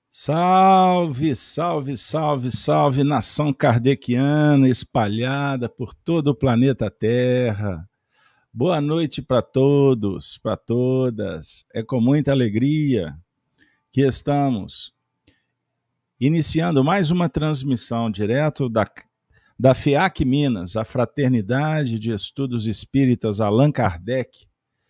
Salve, salve, salve, salve, nação kardeciana espalhada por todo o planeta Terra. Boa noite para todos, para todas. É com muita alegria que estamos iniciando mais uma transmissão direto da FEAC Minas, a Fraternidade de Estudos Espíritas Allan Kardec,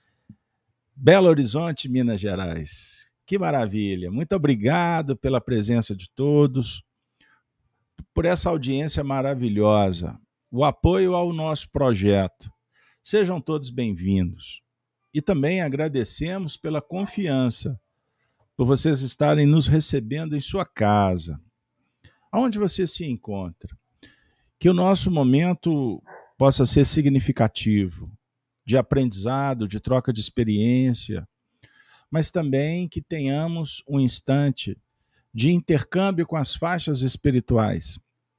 Belo Horizonte, Minas Gerais. Que maravilha! Muito obrigado pela presença de todos, por essa audiência maravilhosa, o apoio ao nosso projeto. Sejam todos bem-vindos. E também agradecemos pela confiança, por vocês estarem nos recebendo em sua casa, aonde você se encontra. Que o nosso momento possa ser significativo, de aprendizado, de troca de experiência, mas também que tenhamos um instante de intercâmbio com as faixas espirituais.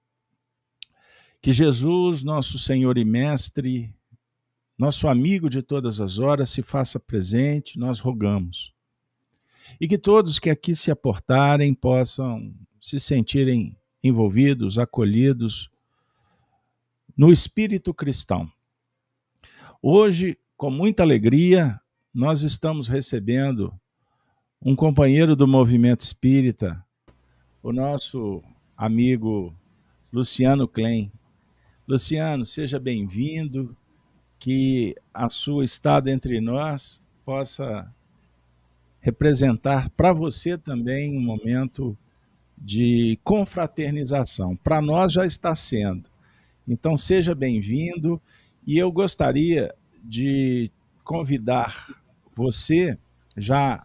Que Jesus, nosso Senhor e Mestre, nosso amigo de todas as horas, se faça presente, nós rogamos. E que todos que aqui se aportarem possam se sentirem envolvidos, acolhidos no espírito cristão. Hoje, com muita alegria, nós estamos recebendo um companheiro do movimento espírita, o nosso amigo Luciano Klein. Luciano, seja bem-vindo, que a sua estada entre nós possa representar para você também um momento de confraternização. Para nós já está sendo. Então, seja bem-vindo, e eu gostaria de convidar você, já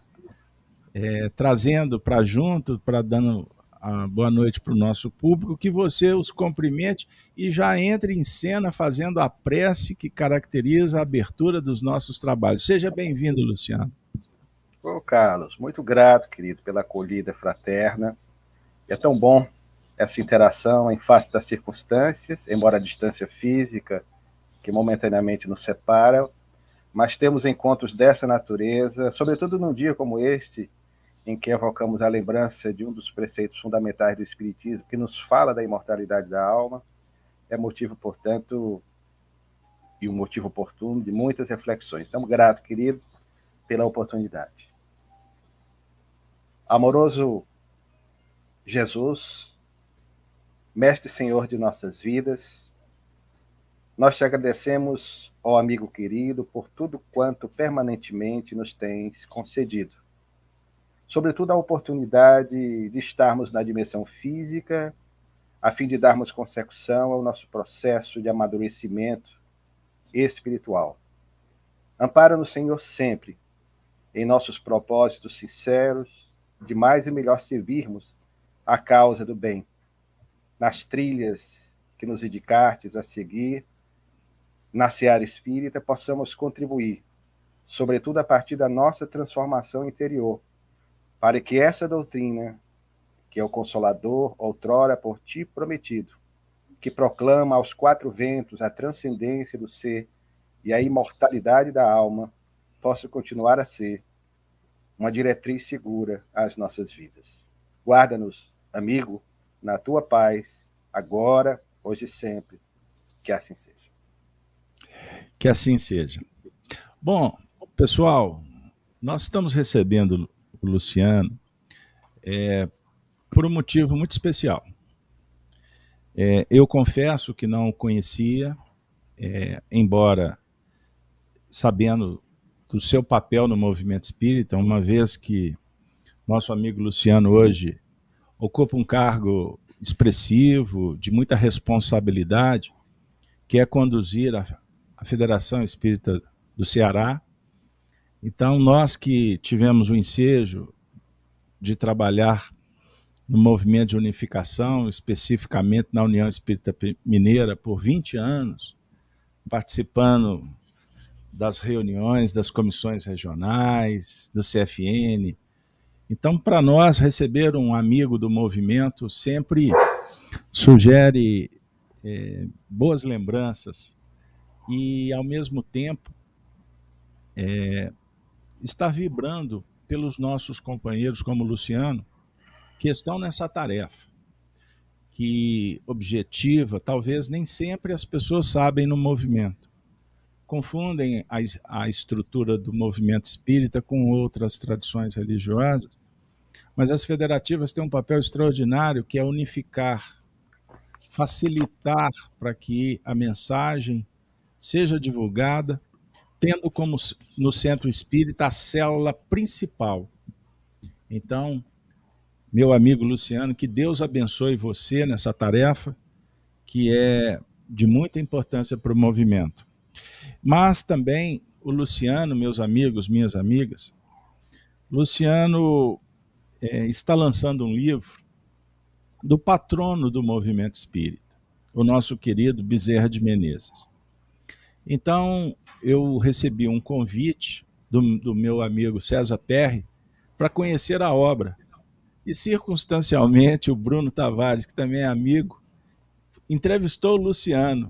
trazendo para junto, para dando a boa noite para o nosso público, que você os cumprimente e já entre em cena fazendo a prece que caracteriza a abertura dos nossos trabalhos. Seja bem-vindo, Luciano. Ô, Carlos, muito grato, querido, pela acolhida fraterna. É tão bom essa interação em face das circunstâncias, embora a distância física que momentaneamente nos separa, mas temos encontros dessa natureza, sobretudo num dia como este, em que evocamos a lembrança de um dos preceitos fundamentais do Espiritismo, que nos fala da imortalidade da alma. É motivo, portanto, e um motivo oportuno de muitas reflexões. Estamos gratos, querido, pela oportunidade. Amoroso Jesus, Mestre Senhor de nossas vidas, nós te agradecemos, ó amigo querido, por tudo quanto permanentemente nos tens concedido. Sobretudo a oportunidade de estarmos na dimensão física, a fim de darmos consecução ao nosso processo de amadurecimento espiritual. Ampara-nos, Senhor, sempre, em nossos propósitos sinceros, de mais e melhor servirmos a causa do bem, nas trilhas que nos indicastes a seguir, na seara espírita, possamos contribuir, sobretudo a partir da nossa transformação interior, para que essa doutrina, que é o Consolador, outrora por ti prometido, que proclama aos quatro ventos a transcendência do ser e a imortalidade da alma, possa continuar a ser uma diretriz segura às nossas vidas. Guarda-nos, amigo, na tua paz, agora, hoje e sempre. Que assim seja. Que assim seja. Bom, pessoal, nós estamos recebendo o Luciano por um motivo muito especial. Eu confesso que não o conhecia, embora sabendo do seu papel no movimento espírita, uma vez que nosso amigo Luciano hoje ocupa um cargo expressivo, de muita responsabilidade, que é conduzir a Federação Espírita do Ceará. Então, nós que tivemos o ensejo de trabalhar no movimento de unificação, especificamente na União Espírita Mineira, por 20 anos, participando das reuniões das comissões regionais, do CFN. Então, para nós, receber um amigo do movimento sempre sugere boas lembranças e, ao mesmo tempo, está vibrando pelos nossos companheiros como o Luciano, que estão nessa tarefa, que objetiva, talvez nem sempre as pessoas sabem no movimento. Confundem a estrutura do movimento espírita com outras tradições religiosas, mas as federativas têm um papel extraordinário, que é unificar, facilitar para que a mensagem seja divulgada, tendo como no centro espírita a célula principal. Então, meu amigo Luciano, que Deus abençoe você nessa tarefa, que é de muita importância para o movimento. Mas também o Luciano, meus amigos, minhas amigas, Luciano está lançando um livro do patrono do movimento espírita, o nosso querido Bezerra de Menezes. Então, eu recebi um convite do meu amigo César Perry para conhecer a obra. E, circunstancialmente, o Bruno Tavares, que também é amigo, entrevistou o Luciano.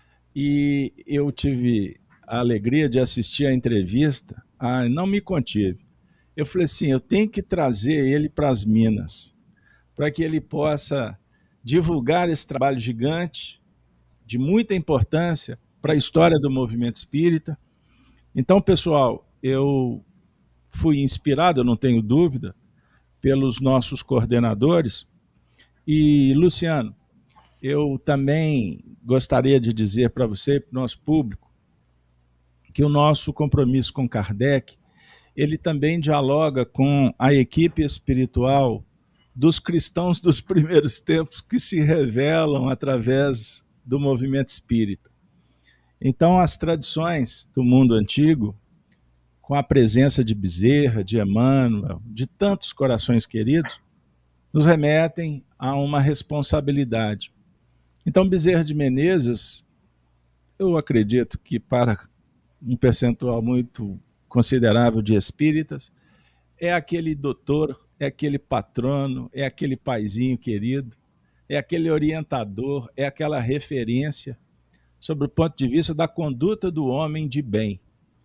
E eu tive a alegria de assistir a entrevista. Não me contive. Eu falei assim, eu tenho que trazer ele para as Minas, para que ele possa divulgar esse trabalho gigante, de muita importância para a história do movimento espírita. Então, pessoal, eu fui inspirado, eu não tenho dúvida, pelos nossos coordenadores. E, Luciano, eu também gostaria de dizer para você e para o nosso público que o nosso compromisso com Kardec, ele também dialoga com a equipe espiritual dos cristãos dos primeiros tempos que se revelam através do movimento espírita. Então, as tradições do mundo antigo, com a presença de Bezerra, de Emmanuel, de tantos corações queridos, nos remetem a uma responsabilidade. Então, Bezerra de Menezes, eu acredito que para um percentual muito considerável de espíritas, é aquele doutor, é aquele patrono, é aquele paizinho querido, é aquele orientador, é aquela referência sobre o ponto de vista da conduta do homem de bem.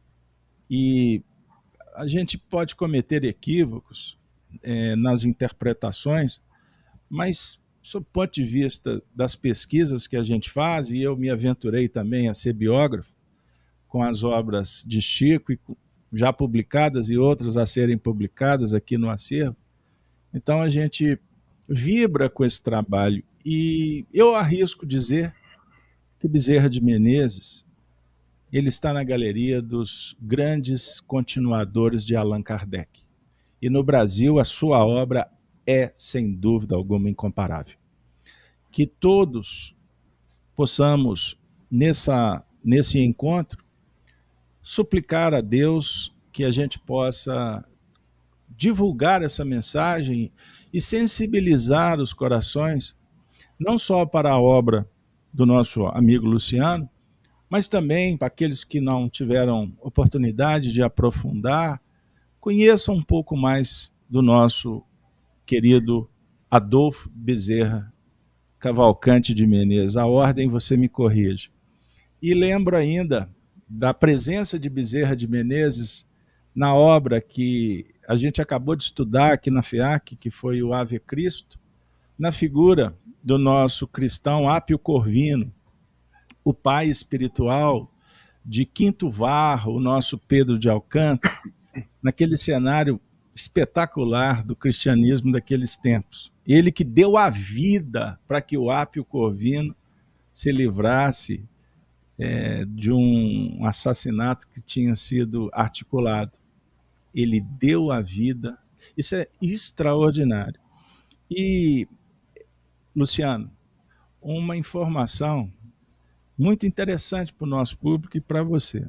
E a gente pode cometer equívocos nas interpretações, mas, sob o ponto de vista das pesquisas que a gente faz, e eu me aventurei também a ser biógrafo, com as obras de Chico, já publicadas e outras a serem publicadas aqui no acervo, então a gente vibra com esse trabalho. E eu arrisco dizer que Bezerra de Menezes, ele está na galeria dos grandes continuadores de Allan Kardec. E no Brasil, a sua obra é, sem dúvida alguma, incomparável. Que todos possamos, nesse encontro, suplicar a Deus que a gente possa divulgar essa mensagem e sensibilizar os corações, não só para a obra do nosso amigo Luciano, mas também para aqueles que não tiveram oportunidade de aprofundar, conheçam um pouco mais do nosso querido Adolfo Bezerra Cavalcante de Menezes. A ordem você me corrige. E lembro ainda da presença de Bezerra de Menezes na obra que a gente acabou de estudar aqui na FEAC, que foi o Ave Cristo, na figura do nosso cristão Apio Corvino, o pai espiritual de Quinto Varro, o nosso Pedro de Alcântara, naquele cenário espetacular do cristianismo daqueles tempos. Ele que deu a vida para que o Apio Corvino se livrasse de um assassinato que tinha sido articulado. Ele deu a vida. Isso é extraordinário. E, Luciano, uma informação muito interessante para o nosso público e para você.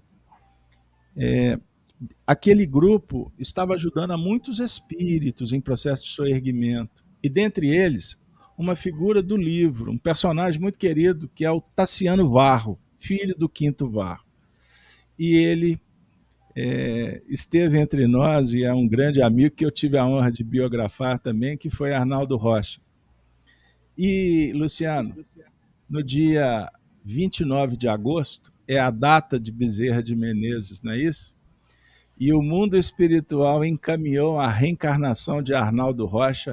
Aquele grupo estava ajudando a muitos espíritos em processo de soerguimento. E dentre eles, uma figura do livro, um personagem muito querido, que é o Tassiano Varro, filho do Quinto Varro. E ele esteve entre nós e é um grande amigo que eu tive a honra de biografar também, que foi Arnaldo Rocha. E, Luciano, no dia 29 de agosto é a data de Bezerra de Menezes, não é isso? E o mundo espiritual encaminhou a reencarnação de Arnaldo Rocha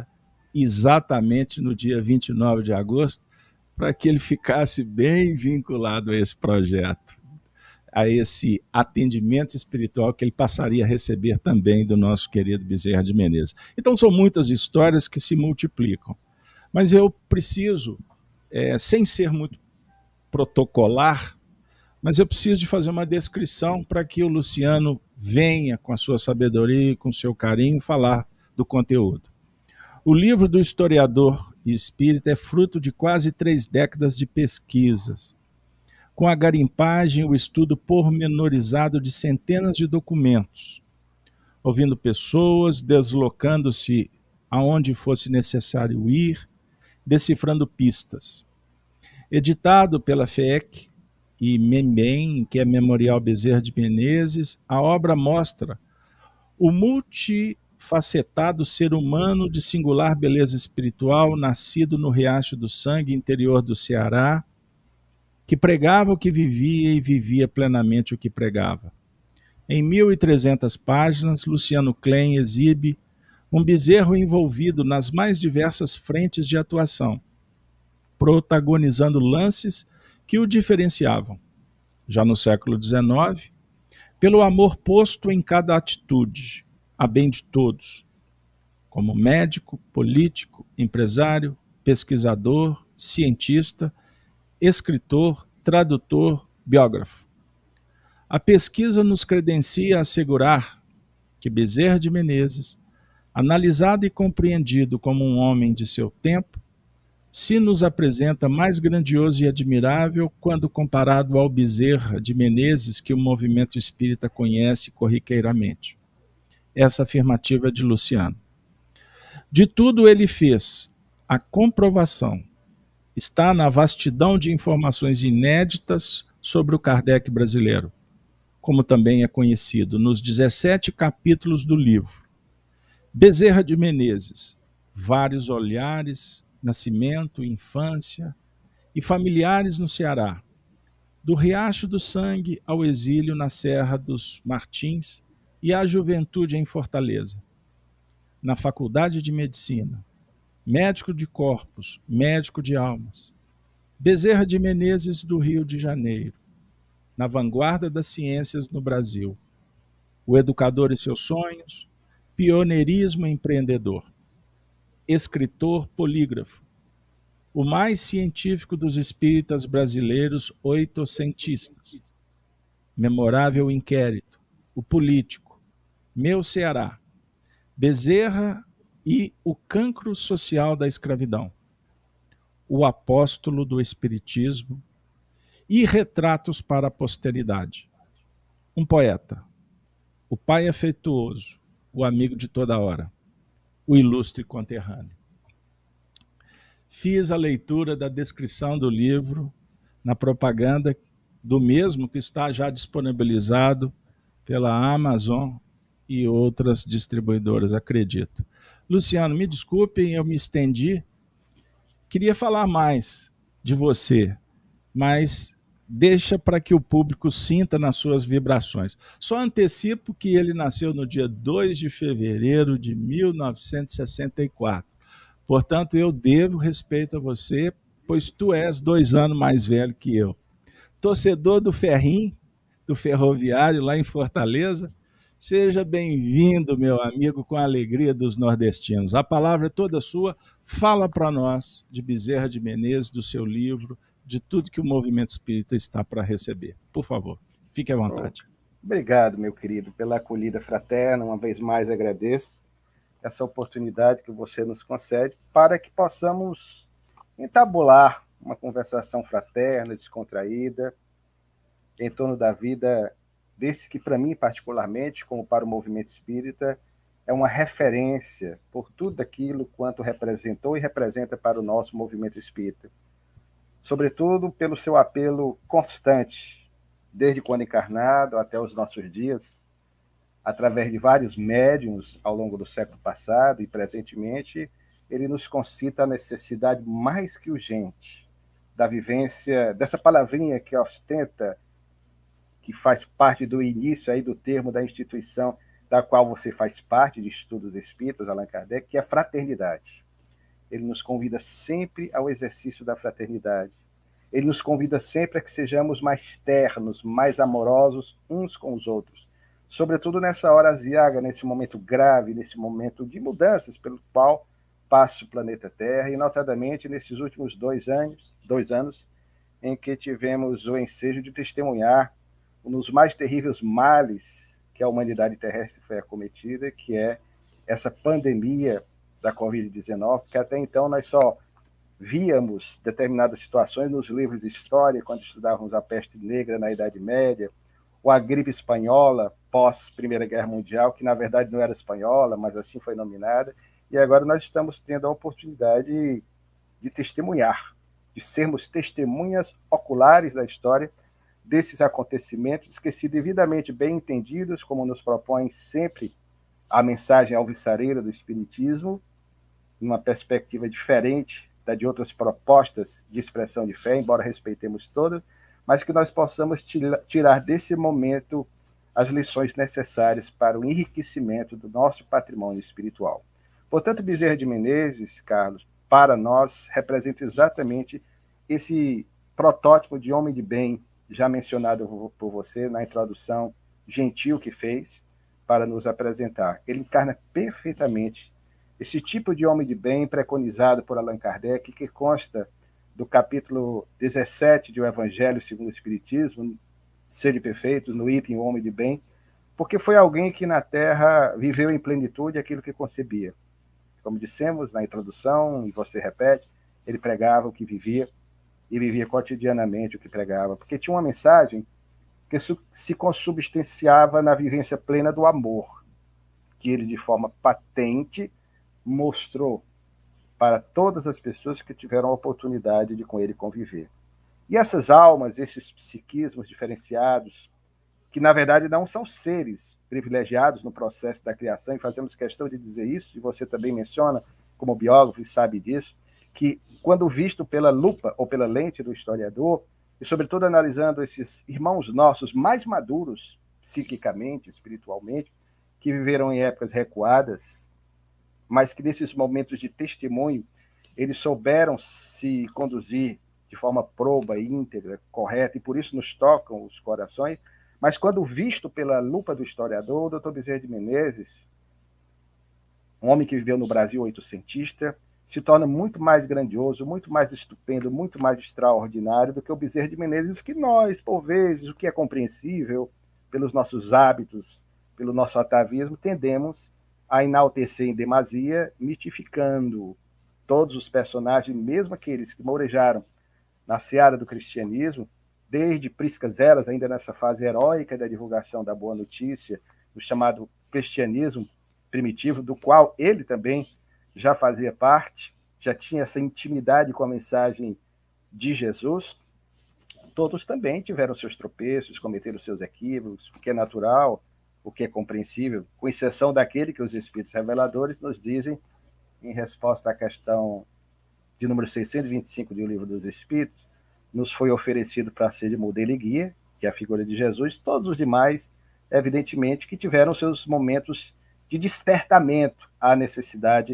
exatamente no dia 29 de agosto, para que ele ficasse bem vinculado a esse projeto, a esse atendimento espiritual que ele passaria a receber também do nosso querido Bezerra de Menezes. Então, são muitas histórias que se multiplicam. Mas eu preciso, sem ser muito protocolar, mas eu preciso de fazer uma descrição para que o Luciano venha, com a sua sabedoria e com o seu carinho, falar do conteúdo. O livro do historiador e espírita é fruto de quase 3 décadas de pesquisas, com a garimpagem e o estudo pormenorizado de centenas de documentos, ouvindo pessoas, deslocando-se aonde fosse necessário ir, decifrando pistas. Editado pela FEEC e MEMBEM, que é Memorial Bezerra de Menezes, a obra mostra o multifacetado ser humano de singular beleza espiritual, nascido no Riacho do Sangue, interior do Ceará, que pregava o que vivia e vivia plenamente o que pregava. Em 1.300 páginas, Luciano Klein exibe um Bezerro envolvido nas mais diversas frentes de atuação, protagonizando lances que o diferenciavam, já no século XIX, pelo amor posto em cada atitude, a bem de todos, como médico, político, empresário, pesquisador, cientista, escritor, tradutor, biógrafo. A pesquisa nos credencia a assegurar que Bezerra de Menezes, analisado e compreendido como um homem de seu tempo, se nos apresenta mais grandioso e admirável quando comparado ao Bezerra de Menezes que o movimento espírita conhece corriqueiramente. Essa afirmativa é de Luciano. De tudo ele fez a comprovação. Está na vastidão de informações inéditas sobre o Kardec brasileiro, como também é conhecido nos 17 capítulos do livro. Bezerra de Menezes, vários olhares, nascimento, infância e familiares no Ceará, do Riacho do Sangue ao exílio na Serra dos Martins e à juventude em Fortaleza, na Faculdade de Medicina, médico de corpos, médico de almas. Bezerra de Menezes, do Rio de Janeiro, na vanguarda das ciências no Brasil, o educador e seus sonhos, pioneirismo empreendedor, escritor polígrafo, o mais científico dos espíritas brasileiros oitocentistas, memorável inquérito, o político, meu Ceará, Bezerra e o cancro social da escravidão, o apóstolo do espiritismo e retratos para a posteridade. Um poeta, o pai afetuoso, o amigo de toda hora, o ilustre conterrâneo. Fiz a leitura da descrição do livro na propaganda do mesmo que está já disponibilizado pela Amazon e outras distribuidoras, acredito. Luciano, me desculpem, eu me estendi. Queria falar mais de você, mas deixa para que o público sinta nas suas vibrações. Só antecipo que ele nasceu no dia 2 de fevereiro de 1964. Portanto, eu devo respeito a você, pois tu és 2 anos mais velho que eu. Torcedor do Ferrim, do Ferroviário, lá em Fortaleza, seja bem-vindo, meu amigo, com a alegria dos nordestinos. A palavra é toda sua. Fala para nós de Bezerra de Menezes, do seu livro, de tudo que o movimento espírita está para receber. Por favor, fique à vontade. Obrigado, meu querido, pela acolhida fraterna. Uma vez mais agradeço essa oportunidade que você nos concede para que possamos entabular uma conversação fraterna, descontraída, em torno da vida desse que, para mim, particularmente, como para o movimento espírita, é uma referência por tudo aquilo quanto representou e representa para o nosso movimento espírita. Sobretudo pelo seu apelo constante, desde quando encarnado até os nossos dias, através de vários médiuns ao longo do século passado e presentemente, ele nos concita a necessidade mais que urgente da vivência dessa palavrinha que ostenta, que faz parte do início aí do termo da instituição da qual você faz parte, de Estudos Espíritas, Allan Kardec, que é fraternidade. ele nos convida sempre ao exercício da fraternidade. Ele nos convida sempre a que sejamos mais ternos, mais amorosos uns com os outros. Sobretudo nessa hora aziaga, nesse momento grave, nesse momento de mudanças pelo qual passa o planeta Terra, e notadamente nesses últimos 2 anos, em que tivemos o ensejo de testemunhar um dos mais terríveis males que a humanidade terrestre foi acometida, que é essa pandemia da Covid-19, que até então nós só víamos determinadas situações nos livros de história, quando estudávamos a peste negra na Idade Média, ou a gripe espanhola pós-Primeira Guerra Mundial, que na verdade não era espanhola, mas assim foi nominada, e agora nós estamos tendo a oportunidade de testemunhar, de sermos testemunhas oculares da história desses acontecimentos que, se devidamente bem entendidos, como nos propõe sempre a mensagem alvissareira do Espiritismo, numa perspectiva diferente da de outras propostas de expressão de fé, embora respeitemos todas, mas que nós possamos tirar desse momento as lições necessárias para o enriquecimento do nosso patrimônio espiritual. Portanto, Bezerra de Menezes, Carlos, para nós, representa exatamente esse protótipo de homem de bem, já mencionado por você na introdução gentil que fez para nos apresentar. Ele encarna perfeitamente esse tipo de homem de bem preconizado por Allan Kardec, que consta do capítulo 17 do Evangelho segundo o Espiritismo, Sede Perfeitos, no item O Homem de Bem, porque foi alguém que na Terra viveu em plenitude aquilo que concebia. Como dissemos na introdução, e você repete, ele pregava o que vivia, e vivia cotidianamente o que pregava, porque tinha uma mensagem que se consubstanciava na vivência plena do amor, que ele, de forma patente, mostrou para todas as pessoas que tiveram a oportunidade de com ele conviver. E essas almas, esses psiquismos diferenciados, que na verdade não são seres privilegiados no processo da criação, e fazemos questão de dizer isso, e você também menciona, como biógrafo e sabe disso, que quando visto pela lupa ou pela lente do historiador, e sobretudo analisando esses irmãos nossos mais maduros, psiquicamente, espiritualmente, que viveram em épocas recuadas, mas que nesses momentos de testemunho, eles souberam se conduzir de forma proba, íntegra, correta, e por isso nos tocam os corações, mas quando visto pela lupa do historiador, o doutor Bezerra de Menezes, um homem que viveu no Brasil oitocentista, se torna muito mais grandioso, muito mais estupendo, muito mais extraordinário do que o Bezerra de Menezes, que nós, por vezes, o que é compreensível, pelos nossos hábitos, pelo nosso atavismo, tendemos a enaltecer em demasia, mitificando todos os personagens, mesmo aqueles que mourejaram na seara do cristianismo, desde priscas eras, ainda nessa fase heróica da divulgação da boa notícia, do chamado cristianismo primitivo, do qual ele também já fazia parte, já tinha essa intimidade com a mensagem de Jesus. Todos também tiveram seus tropeços, cometeram seus equívocos, o que é natural, o que é compreensível, com exceção daquele que os Espíritos Reveladores nos dizem, em resposta à questão de número 625 do Livro dos Espíritos, nos foi oferecido para ser de modelo e guia, que é a figura de Jesus. Todos os demais, evidentemente, que tiveram seus momentos de despertamento à necessidade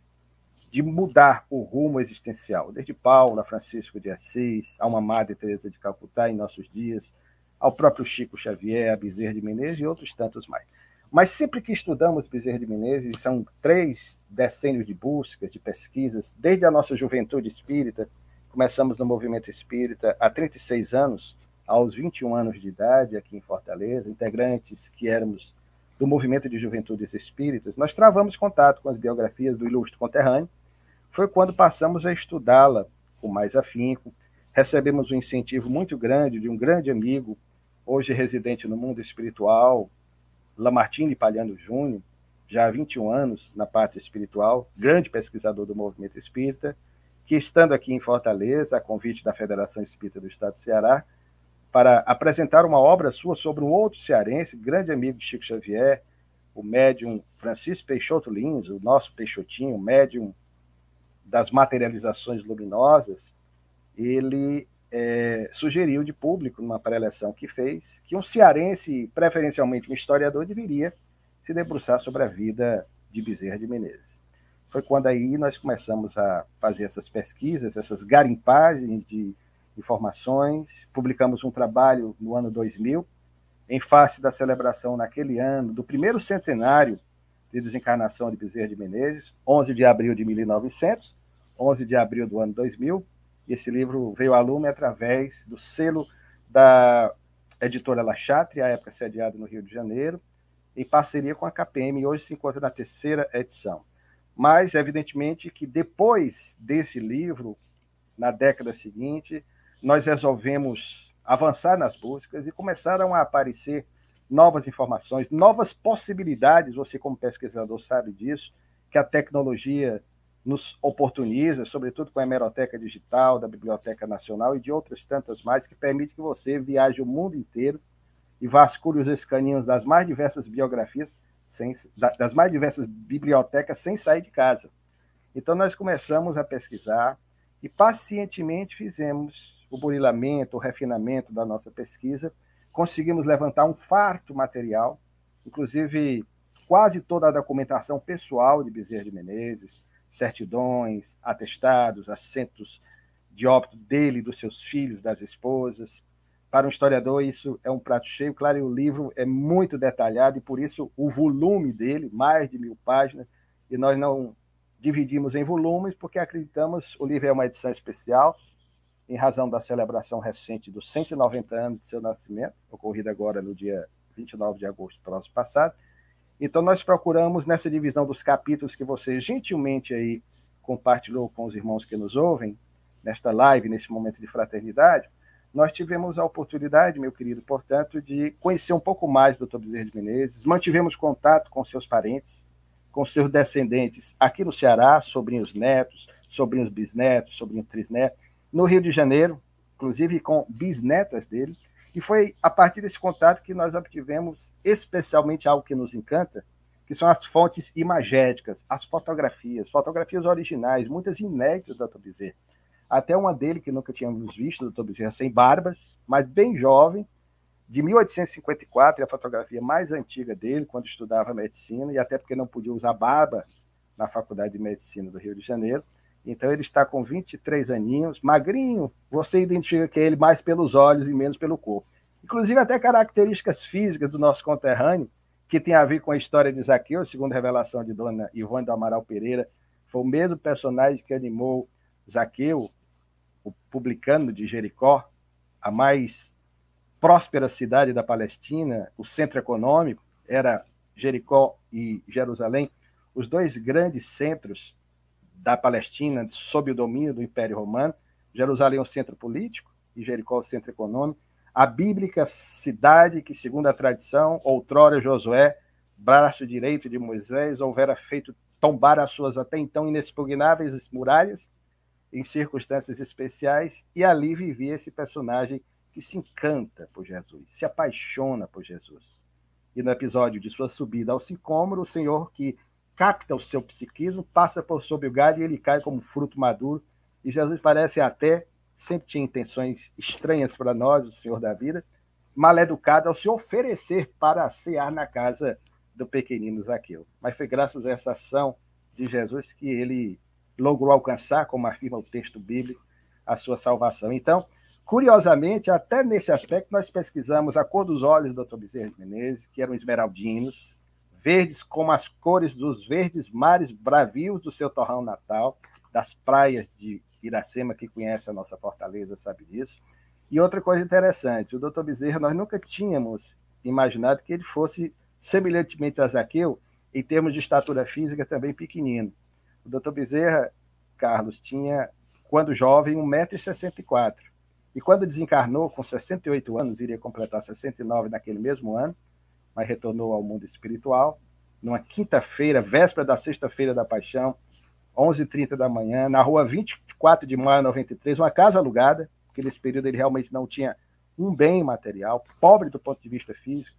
de mudar o rumo existencial, desde Paulo, a Francisco de Assis, a uma Madre Teresa de Calcutá em nossos dias, ao próprio Chico Xavier, a Bezerra de Menezes e outros tantos mais. Mas sempre que estudamos Bezerra de Menezes, são 3 decênios de buscas, de pesquisas, desde a nossa juventude espírita, começamos no movimento espírita há 36 anos, aos 21 anos de idade, aqui em Fortaleza, integrantes que éramos do movimento de juventudes espíritas, nós travamos contato com as biografias do ilustre conterrâneo. Foi quando passamos a estudá-la com mais afinco, recebemos um incentivo muito grande de um grande amigo, hoje residente no mundo espiritual, Lamartine Palhano Júnior, já há 21 anos na parte espiritual, grande pesquisador do movimento espírita, que estando aqui em Fortaleza, a convite da Federação Espírita do Estado do Ceará, para apresentar uma obra sua sobre um outro cearense, grande amigo de Chico Xavier, o médium Francisco Peixoto Lins, o nosso Peixotinho, médium das materializações luminosas, ele sugeriu de público, numa preleção que fez, que um cearense, preferencialmente um historiador, deveria se debruçar sobre a vida de Bezerra de Menezes. foi quando aí nós começamos a fazer essas pesquisas, essas garimpagens de informações. Publicamos um trabalho no ano 2000, em face da celebração naquele ano do primeiro centenário de desencarnação de Bezerra de Menezes, 11 de abril de 1900, 11 de abril do ano 2000. E esse livro veio a lume através do selo da editora La Chatre, à época sediada no Rio de Janeiro, em parceria com a KPM, e hoje se encontra na 3ª edição. Mas, evidentemente, que depois desse livro, na década seguinte, nós resolvemos avançar nas buscas e começaram a aparecer novas informações, novas possibilidades. Você, como pesquisador, sabe disso, que a tecnologia nos oportuniza, sobretudo com a hemeroteca digital da Biblioteca Nacional e de outras tantas mais, que permite que você viaje o mundo inteiro e vasculhe os escaninhos das mais diversas biografias, das mais diversas bibliotecas, sem sair de casa. Então, nós começamos a pesquisar e pacientemente fizemos o burilamento, o refinamento da nossa pesquisa. Conseguimos levantar um farto material, inclusive quase toda a documentação pessoal de Bezerra de Menezes, certidões, atestados, assentos de óbito dele, dos seus filhos, das esposas. Para um historiador, isso é um prato cheio. Claro, e o livro é muito detalhado, e por isso o volume dele, mais de 1000 páginas, e nós não dividimos em volumes, porque acreditamos, o livro é uma edição especial, em razão da celebração recente dos 190 anos de seu nascimento, ocorrida agora no dia 29 de agosto próximo passado. Então, nós procuramos, nessa divisão dos capítulos que você gentilmente aí compartilhou com os irmãos que nos ouvem, nesta live, nesse momento de fraternidade, nós tivemos a oportunidade, meu querido, portanto, de conhecer um pouco mais do Dr. Bezerra de Menezes. Mantivemos contato com seus parentes, com seus descendentes aqui no Ceará, sobrinhos netos, sobrinhos bisnetos, sobrinhos trisnetos, no Rio de Janeiro, inclusive com bisnetas dele. E foi a partir desse contato que nós obtivemos especialmente algo que nos encanta, que são as fontes imagéticas, as fotografias originais, muitas inéditas do Dr. Bezerra. Até uma dele que nunca tínhamos visto, do Dr. Bezerra, sem barbas, mas bem jovem, de 1854, é a fotografia mais antiga dele, quando estudava medicina, e até porque não podia usar barba na Faculdade de Medicina do Rio de Janeiro. Então ele está com 23 aninhos, magrinho, você identifica que é ele mais pelos olhos e menos pelo corpo. Inclusive até características físicas do nosso conterrâneo, que tem a ver com a história de Zaqueu, segundo a revelação de dona Ivone do Amaral Pereira, foi o mesmo personagem que animou Zaqueu, o publicano de Jericó, a mais próspera cidade da Palestina, o centro econômico, era Jericó e Jerusalém, os dois grandes centros da Palestina sob o domínio do Império Romano. Jerusalém é o centro político e Jericó é o centro econômico. A bíblica cidade que, segundo a tradição, outrora Josué, braço direito de Moisés, houvera feito tombar as suas até então inexpugnáveis muralhas em circunstâncias especiais, e ali vivia esse personagem que se encanta por Jesus, se apaixona por Jesus. E no episódio de sua subida ao sicômoro, o Senhor que capta o seu psiquismo, passa por sob o galho e ele cai como fruto maduro. E Jesus parece até, sempre tinha intenções estranhas para nós, o Senhor da vida, mal educado ao se oferecer para cear na casa do pequenino Zaqueu. Mas foi graças a essa ação de Jesus que ele logrou alcançar, como afirma o texto bíblico, a sua salvação. Então, curiosamente, até nesse aspecto, nós pesquisamos a cor dos olhos do Dr. Bezerra de Menezes, que eram esmeraldinos, verdes como as cores dos verdes mares bravios do seu torrão natal, das praias de Iracema, que conhece a nossa fortaleza, sabe disso. E outra coisa interessante, o Dr. Bezerra, nós nunca tínhamos imaginado que ele fosse, semelhantemente a Zaqueu, em termos de estatura física, também pequenino. O Dr. Bezerra, Carlos, tinha, quando jovem, 1,64 m. E quando desencarnou, com 68 anos, iria completar 69 naquele mesmo ano, mas retornou ao mundo espiritual, numa quinta-feira, véspera da sexta-feira da Paixão, 11h30 da manhã, na rua 24 de maio de 93, uma casa alugada, porque nesse período ele realmente não tinha um bem material, pobre do ponto de vista físico,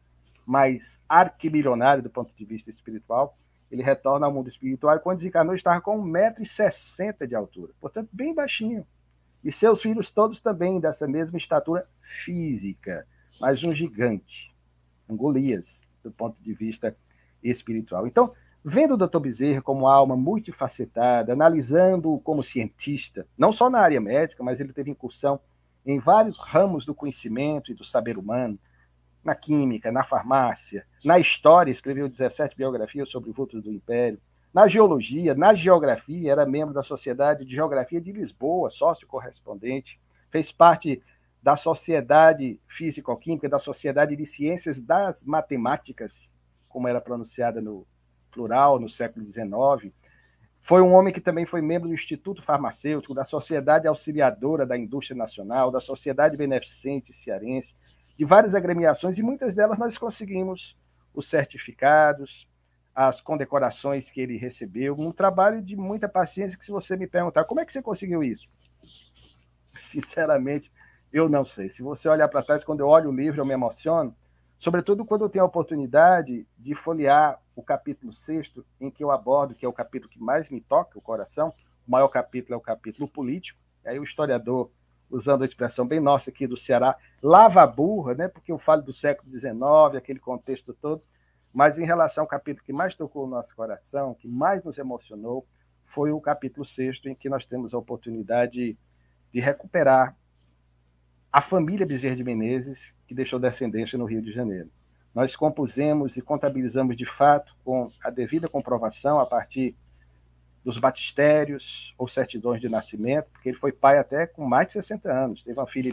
mas arquimilionário do ponto de vista espiritual. Ele retorna ao mundo espiritual e quando desencarnou estava com 1,60 m de altura, portanto bem baixinho. E seus filhos todos também dessa mesma estatura física, mas um gigante, um Golias, do ponto de vista espiritual. Então, Vendo o Dr. Bezerra como alma multifacetada, analisando-o como cientista, não só na área médica, mas ele teve incursão em vários ramos do conhecimento e do saber humano, na química, na farmácia, na história, escreveu 17 biografias sobre vultos do Império, na geologia, na geografia, era membro da Sociedade de Geografia de Lisboa, sócio correspondente, fez parte da Sociedade Físico-Química, da Sociedade de Ciências das Matemáticas, como era pronunciada no plural, no século XIX. Foi um homem que também foi membro do Instituto Farmacêutico, da Sociedade Auxiliadora da Indústria Nacional, da Sociedade Beneficente Cearense, de várias agremiações, e muitas delas nós conseguimos os certificados, as condecorações que ele recebeu, um trabalho de muita paciência que, se você me perguntar, como é que você conseguiu isso? Sinceramente, eu não sei. Se você olhar para trás, quando eu olho o livro, eu me emociono, sobretudo quando eu tenho a oportunidade de folhear o capítulo 6º, em que eu abordo, que é o capítulo que mais me toca o coração. O maior capítulo é o capítulo político. E aí o historiador, usando a expressão bem nossa aqui do Ceará, lava a burra, né? Porque eu falo do século XIX, aquele contexto todo, mas em relação ao capítulo que mais tocou o nosso coração, que mais nos emocionou, foi o capítulo 6º, em que nós temos a oportunidade de recuperar a família Bezerra de Menezes, que deixou descendência no Rio de Janeiro. Nós compusemos e contabilizamos de fato, com a devida comprovação, a partir dos batistérios ou certidões de nascimento, porque ele foi pai até com mais de 60 anos. Teve uma filha em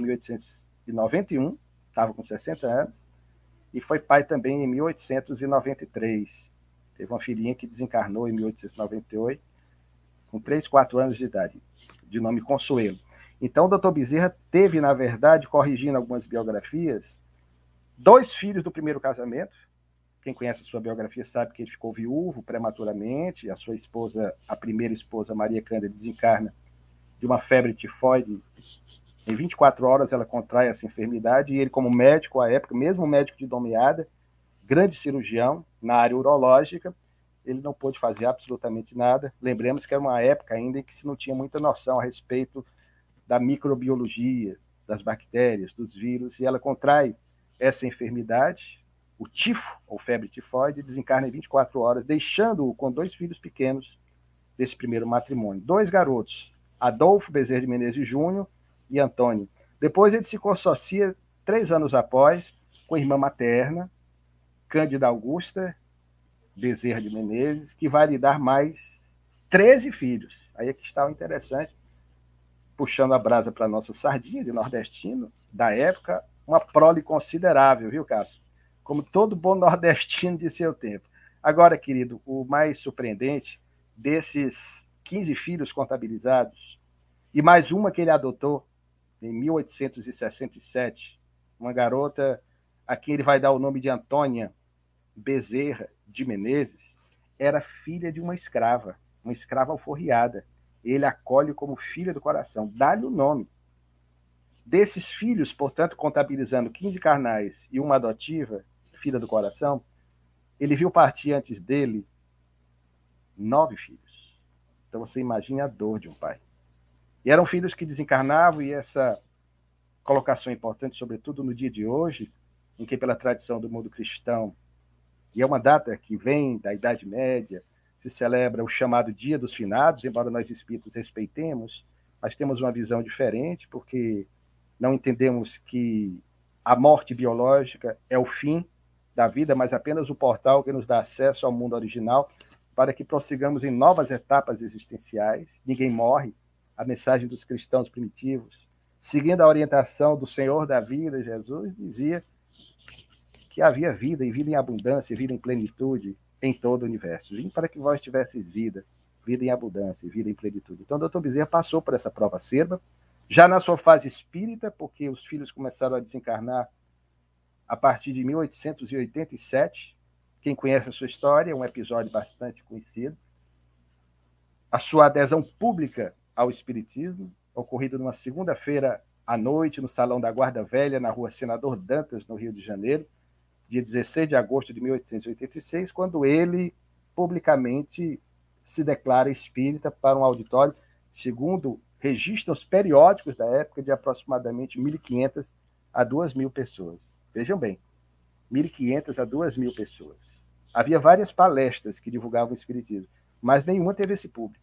1891, estava com 60 anos, e foi pai também em 1893. Teve uma filhinha que desencarnou em 1898, com 3, 4 anos de idade, de nome Consuelo. Então, o doutor Bezerra teve, na verdade, corrigindo algumas biografias, 2 filhos do primeiro casamento. Quem conhece a sua biografia sabe que ele ficou viúvo prematuramente. A sua esposa, a primeira esposa, Maria Cândida, desencarna de uma febre tifoide. Em 24 horas ela contrai essa enfermidade, e ele, como médico à época, mesmo médico de dom Meada, grande cirurgião na área urológica, ele não pôde fazer absolutamente nada. Lembremos que era uma época ainda em que se não tinha muita noção a respeito da microbiologia, das bactérias, dos vírus, e ela contrai essa enfermidade, o tifo, ou febre tifoide, desencarna em 24 horas, deixando-o com 2 filhos pequenos desse primeiro matrimônio. 2 garotos, Adolfo Bezerra de Menezes Júnior e Antônio. Depois ele se consorcia, 3 anos após, com a irmã materna, Cândida Augusta Bezerra de Menezes, que vai lhe dar mais 13 filhos. Aí é que está o interessante, puxando a brasa para a nossa sardinha de nordestino, da época, uma prole considerável, viu, Cássio? Como todo bom nordestino de seu tempo. Agora, querido, o mais surpreendente, desses 15 filhos contabilizados, e mais uma que ele adotou em 1867, uma garota a quem ele vai dar o nome de Antônia Bezerra de Menezes, era filha de uma escrava alforriada. Ele acolhe como filha do coração, dá-lhe o nome. Desses filhos, portanto, contabilizando 15 carnais e uma adotiva, filha do coração, ele viu partir antes dele 9 filhos. Então você imagine a dor de um pai. E eram filhos que desencarnavam, e essa colocação importante, sobretudo no dia de hoje, em que, pela tradição do mundo cristão, e é uma data que vem da Idade Média, se celebra o chamado Dia dos Finados, embora nós espíritas respeitemos, mas temos uma visão diferente, porque não entendemos que a morte biológica é o fim da vida, mas apenas o portal que nos dá acesso ao mundo original, para que prossigamos em novas etapas existenciais. Ninguém morre. A mensagem dos cristãos primitivos, seguindo a orientação do Senhor da vida, Jesus, dizia que havia vida, e vida em abundância, vida em plenitude em todo o universo. Vim para que vós tivesseis vida, vida em abundância, vida em plenitude. Então, o doutor Bezerra passou por essa prova acerba, já na sua fase espírita, porque os filhos começaram a desencarnar a partir de 1887. Quem conhece a sua história, é um episódio bastante conhecido. A sua adesão pública ao espiritismo, ocorrido numa segunda-feira à noite, no Salão da Guarda Velha, na rua Senador Dantas, no Rio de Janeiro, dia 16 de agosto de 1886, quando ele publicamente se declara espírita para um auditório, segundo registros periódicos da época, de aproximadamente 1.500 a 2.000 pessoas. Vejam bem, 1.500 a 2.000 pessoas. Havia várias palestras que divulgavam o espiritismo, mas nenhuma teve esse público.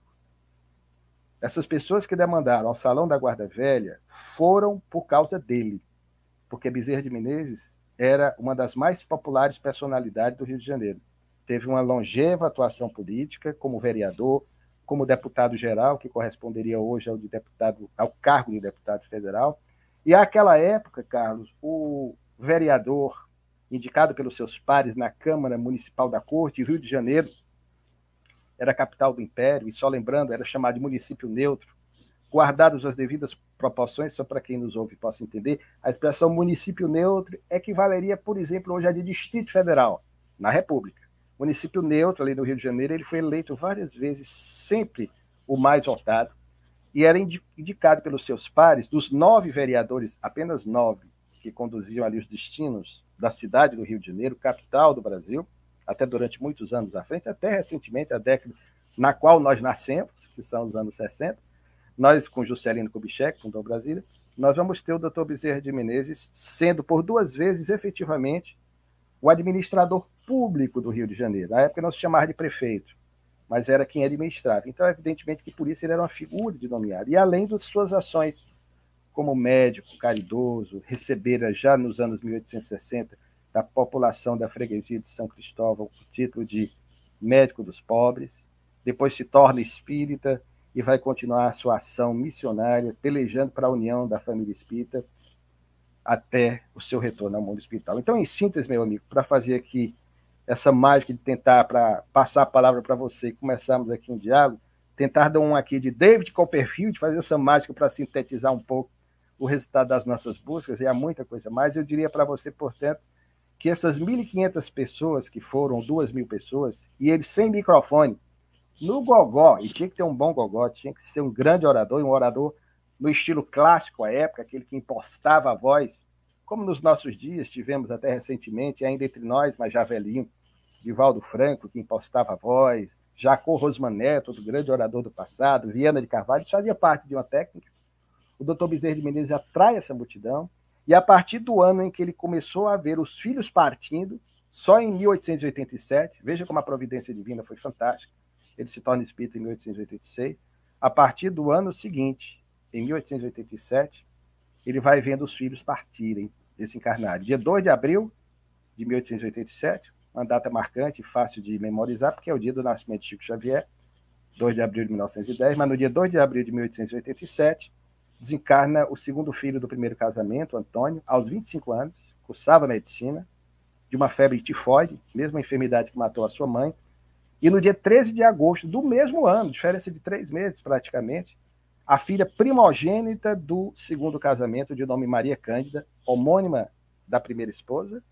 Essas pessoas que demandaram ao Salão da Guarda Velha foram por causa dele, porque Bezerra de Menezes era uma das mais populares personalidades do Rio de Janeiro. Teve uma longeva atuação política, como vereador, como deputado-geral, que corresponderia hoje ao cargo de deputado federal. E àquela época, Carlos, o vereador indicado pelos seus pares na Câmara Municipal da Corte, Rio de Janeiro, era a capital do Império, e só lembrando, era chamado de município neutro, guardadas as devidas proporções, só para quem nos ouve possa entender, a expressão município neutro equivaleria, por exemplo, hoje a de Distrito Federal, na República. Município neutro, ali no Rio de Janeiro, ele foi eleito várias vezes, sempre o mais votado, e era indicado pelos seus pares, dos 9 vereadores, apenas 9, que conduziam ali os destinos da cidade do Rio de Janeiro, capital do Brasil, até durante muitos anos à frente, até recentemente, a década na qual nós nascemos, que são os anos 60, nós, com Juscelino Kubitschek, fundou Brasília, nós vamos ter o Dr. Bezerra de Menezes sendo, por 2 vezes, efetivamente, o administrador público do Rio de Janeiro. Na época não se chamava de prefeito, mas era quem administrava. Então, evidentemente que por isso ele era uma figura de nomear. E além das suas ações como médico, caridoso, recebera já nos anos 1860 da população da freguesia de São Cristóvão o título de médico dos pobres, depois se torna espírita e vai continuar a sua ação missionária, pelejando para a união da família espírita até o seu retorno ao mundo espiritual. Então, em síntese, meu amigo, para fazer aqui essa mágica de tentar para passar a palavra para você e começarmos aqui um diálogo, tentar dar um aqui de David Copperfield, fazer essa mágica para sintetizar um pouco o resultado das nossas buscas, e há muita coisa mais. Eu diria para você, portanto, que essas 1.500 pessoas que foram, 2.000 pessoas, e eles sem microfone, no gogó, e tinha que ter um bom gogó, tinha que ser um grande orador, e um orador no estilo clássico à época, aquele que impostava a voz, como nos nossos dias tivemos até recentemente, ainda entre nós, mas já velhinho, Divaldo Franco, que impostava a voz, Jacó Rosman Neto, outro grande orador do passado, Viana de Carvalho, isso fazia parte de uma técnica. O Dr. Bezerra de Menezes atrai essa multidão, e a partir do ano em que ele começou a ver os filhos partindo, só em 1887, veja como a providência divina foi fantástica, ele se torna espírita em 1886, a partir do ano seguinte, em 1887, ele vai vendo os filhos partirem, desencarnarem. Dia 2 de abril de 1887, uma data marcante e fácil de memorizar, porque é o dia do nascimento de Chico Xavier, 2 de abril de 1910, mas no dia 2 de abril de 1887, desencarna o segundo filho do primeiro casamento, Antônio, aos 25 anos, cursava medicina, de uma febre tifoide, mesma enfermidade que matou a sua mãe, e no dia 13 de agosto do mesmo ano, diferença de 3 meses praticamente, a filha primogênita do segundo casamento, de nome Maria Cândida, homônima da primeira esposa,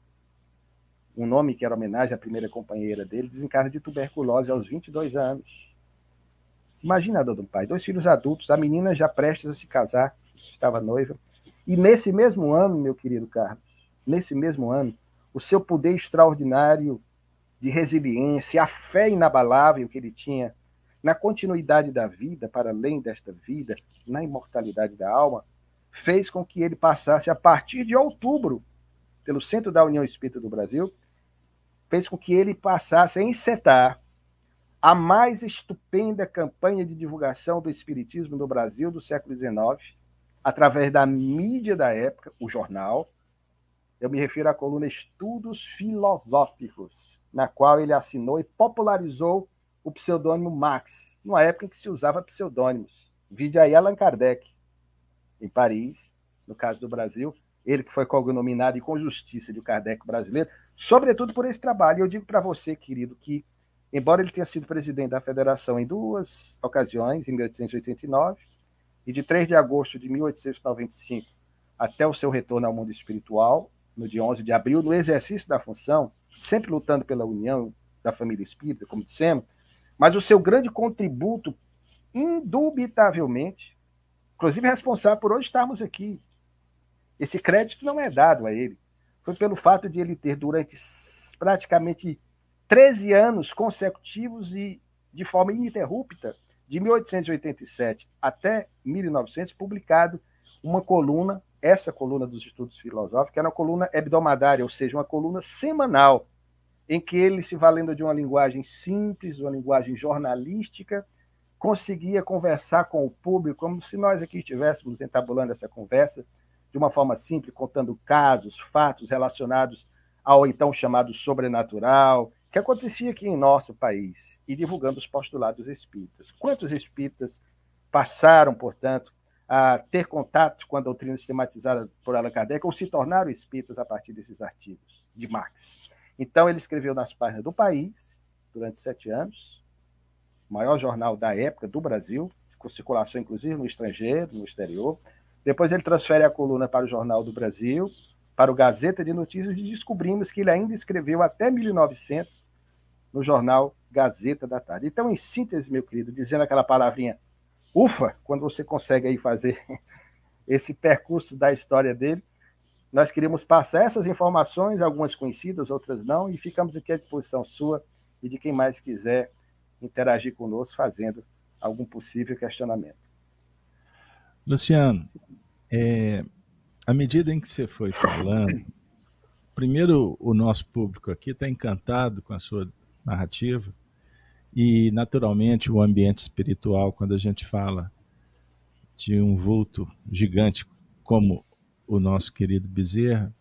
um nome que era homenagem à primeira companheira dele, desencarna de tuberculose aos 22 anos. Imagina a dor do pai, 2 filhos adultos, a menina já prestes a se casar, estava noiva, e nesse mesmo ano, meu querido Carlos, nesse mesmo ano, o seu poder extraordinário de resiliência, a fé inabalável que ele tinha na continuidade da vida, para além desta vida, na imortalidade da alma, fez com que ele passasse, a partir de outubro, pelo Centro da União Espírita do Brasil, fez com que ele passasse a encetar a mais estupenda campanha de divulgação do espiritismo no Brasil do século XIX, através da mídia da época, o jornal. Eu me refiro à coluna Estudos Filosóficos, na qual ele assinou e popularizou o pseudônimo Max, numa época em que se usava pseudônimos. Vide aí Allan Kardec, em Paris, no caso do Brasil, ele que foi cognominado e com justiça de Kardec brasileiro, sobretudo por esse trabalho. E eu digo para você, querido, que embora ele tenha sido presidente da Federação em 2 ocasiões, em 1889, e de 3 de agosto de 1895 até o seu retorno ao mundo espiritual, no dia 11 de abril, no exercício da função, sempre lutando pela união da família espírita, como dissemos, mas o seu grande contributo, indubitavelmente, inclusive responsável por hoje estarmos aqui, esse crédito não é dado a ele, foi pelo fato de ele ter, durante praticamente 13 anos consecutivos e de forma ininterrupta, de 1887 até 1900, publicado uma coluna, essa coluna dos Estudos Filosóficos, era uma coluna hebdomadária, ou seja, uma coluna semanal, em que ele, se valendo de uma linguagem simples, uma linguagem jornalística, conseguia conversar com o público como se nós aqui estivéssemos entabulando essa conversa de uma forma simples, contando casos, fatos relacionados ao então chamado sobrenatural, que acontecia aqui em nosso país, e divulgando os postulados espíritas. Quantos espíritas passaram, portanto, a ter contato com a doutrina sistematizada por Allan Kardec ou se tornaram espíritas a partir desses artigos de Marx? Então, ele escreveu nas páginas do País, durante 7 anos, o maior jornal da época do Brasil, com circulação, inclusive, no estrangeiro, no exterior. Depois ele transfere a coluna para o Jornal do Brasil, para o Gazeta de Notícias, e descobrimos que ele ainda escreveu até 1900 no jornal Gazeta da Tarde. Então, em síntese, meu querido, dizendo aquela palavrinha ufa, quando você consegue aí fazer esse percurso da história dele, nós queríamos passar essas informações, algumas conhecidas, outras não, e ficamos aqui à disposição sua e de quem mais quiser interagir conosco, fazendo algum possível questionamento. Luciano, à medida em que você foi falando, primeiro o nosso público aqui está encantado com a sua narrativa e, naturalmente, o ambiente espiritual, quando a gente fala de um vulto gigante como o nosso querido Bezerra,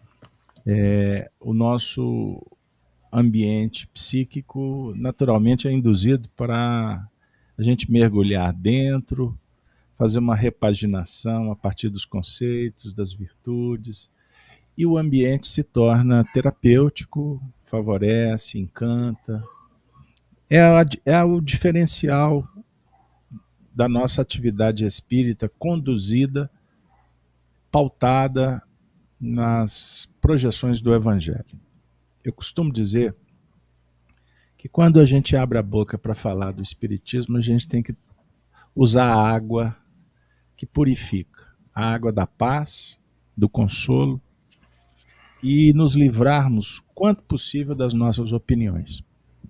o nosso ambiente psíquico naturalmente é induzido para a gente mergulhar dentro, fazer uma repaginação a partir dos conceitos, das virtudes, e o ambiente se torna terapêutico, favorece, encanta. É o diferencial da nossa atividade espírita conduzida, pautada nas projeções do Evangelho. Eu costumo dizer que quando a gente abre a boca para falar do Espiritismo, a gente tem que usar a água que purifica, a água da paz, do consolo, e nos livrarmos, quanto possível, das nossas opiniões.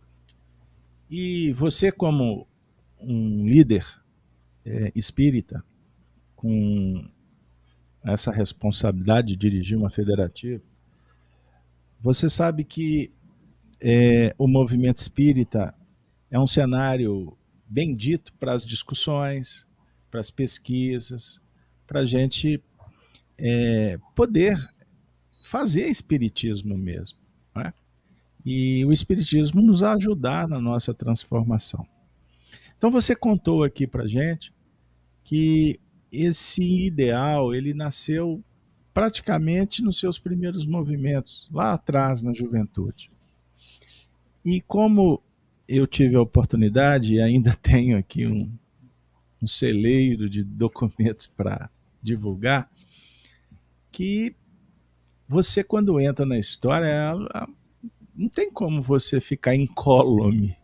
E você, como um líder espírita, com essa responsabilidade de dirigir uma federativa, você sabe que o movimento espírita é um cenário bendito para as discussões, para as pesquisas, para a gente poder fazer espiritismo mesmo, né? E o espiritismo nos ajudar na nossa transformação. Então você contou aqui para a gente que esse ideal ele nasceu praticamente nos seus primeiros movimentos, lá atrás na juventude. E como eu tive a oportunidade, e ainda tenho aqui um celeiro de documentos para divulgar, que você, quando entra na história, não tem como você ficar incólume.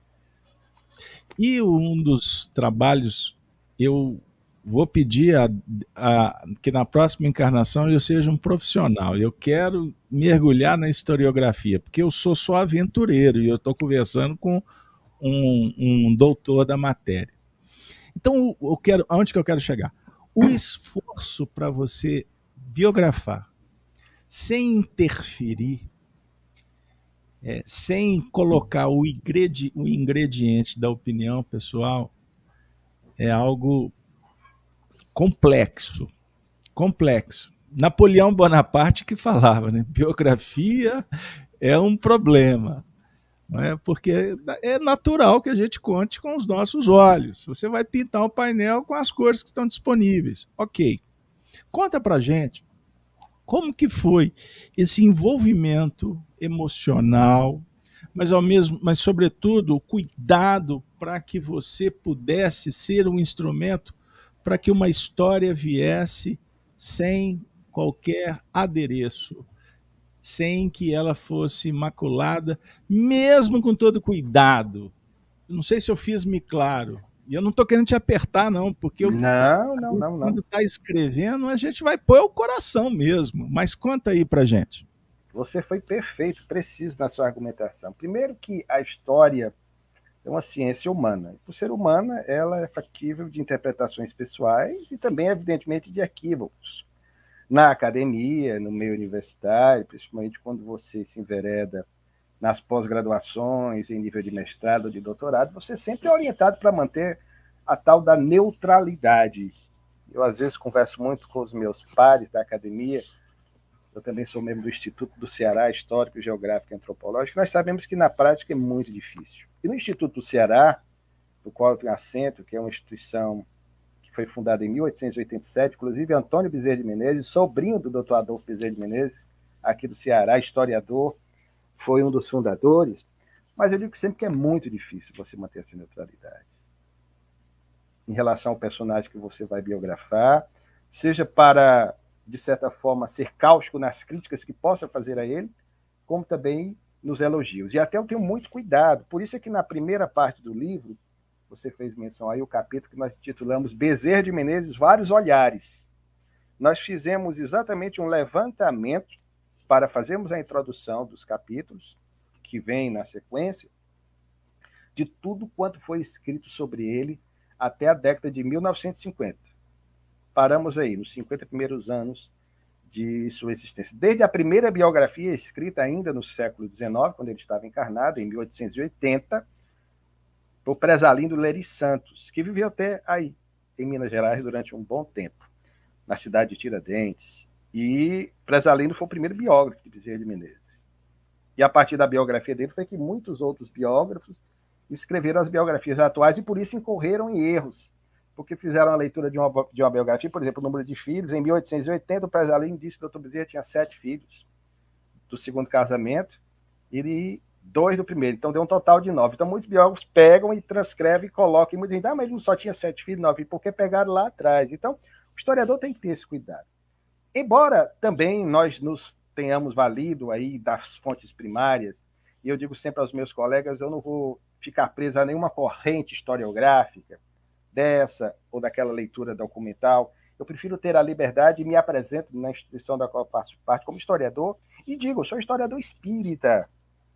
E um dos trabalhos, eu vou pedir que na próxima encarnação eu seja um profissional. Eu quero mergulhar na historiografia, porque eu sou só aventureiro e eu estou conversando com um doutor da matéria. Então, aonde que eu quero chegar? O esforço para você biografar, sem interferir, sem colocar o ingrediente da opinião pessoal, é algo complexo. Napoleão Bonaparte que falava, né? Biografia é um problema, não é? Porque é natural que a gente conte com os nossos olhos. Você vai pintar o painel com as cores que estão disponíveis. Ok. Conta pra gente como que foi esse envolvimento emocional, mas sobretudo o cuidado para que você pudesse ser um instrumento para que uma história viesse sem qualquer adereço, sem que ela fosse maculada, mesmo com todo cuidado. Não sei se eu fiz-me claro. E eu não estou querendo te apertar, não, porque Não. Quando está escrevendo, a gente vai pôr o coração mesmo. Mas conta aí pra gente. Você foi perfeito, preciso na sua argumentação. Primeiro que a história é uma ciência humana. Por ser humana, ela é factível de interpretações pessoais e também, evidentemente, de equívocos. Na academia, no meio universitário, principalmente quando você se envereda nas pós-graduações, em nível de mestrado, de doutorado, você sempre é orientado para manter a tal da neutralidade. Eu, às vezes, converso muito com os meus pares da academia. Eu também sou membro do Instituto do Ceará, Histórico, Geográfico e Antropológico. Nós sabemos que, na prática, é muito difícil. E no Instituto do Ceará, do qual eu tenho assento, que é uma instituição que foi fundada em 1887, inclusive Antônio Bezerra de Menezes, sobrinho do Dr. Adolfo Bezerra de Menezes, aqui do Ceará, historiador, foi um dos fundadores. Mas eu digo sempre que é muito difícil você manter essa neutralidade em relação ao personagem que você vai biografar, seja para, de certa forma, ser cáustico nas críticas que possa fazer a ele, como também nos elogios. E até eu tenho muito cuidado. Por isso é que na primeira parte do livro, você fez menção aí, o capítulo que nós titulamos Bezerra de Menezes, Vários Olhares. Nós fizemos exatamente um levantamento para fazermos a introdução dos capítulos, que vem na sequência, de tudo quanto foi escrito sobre ele até a década de 1950. Paramos aí, nos 50 primeiros anos de sua existência. Desde a primeira biografia escrita ainda no século XIX, quando ele estava encarnado, em 1880, por Presalindo Lery Santos, que viveu até aí, em Minas Gerais, durante um bom tempo, na cidade de Tiradentes. E Presalindo foi o primeiro biógrafo de Bezerra de Menezes. E a partir da biografia dele foi que muitos outros biógrafos escreveram as biografias atuais e por isso incorreram em erros, porque fizeram a leitura de uma biografia, por exemplo, o número de filhos. Em 1880, o Presalindo disse que o Dr. Bezerra tinha 7 filhos do segundo casamento e 2 do primeiro, então deu um total de 9. Então muitos biógrafos pegam e transcrevem e colocam, e muitos dizem, mas ele não só tinha 7 filhos, 9 filhos, porque pegaram lá atrás. Então, o historiador tem que ter esse cuidado. Embora também nós nos tenhamos valido aí das fontes primárias, e eu digo sempre aos meus colegas, eu não vou ficar preso a nenhuma corrente historiográfica dessa ou daquela leitura documental. Eu prefiro ter a liberdade e me apresento na instituição da qual faço parte como historiador e digo, eu sou historiador espírita.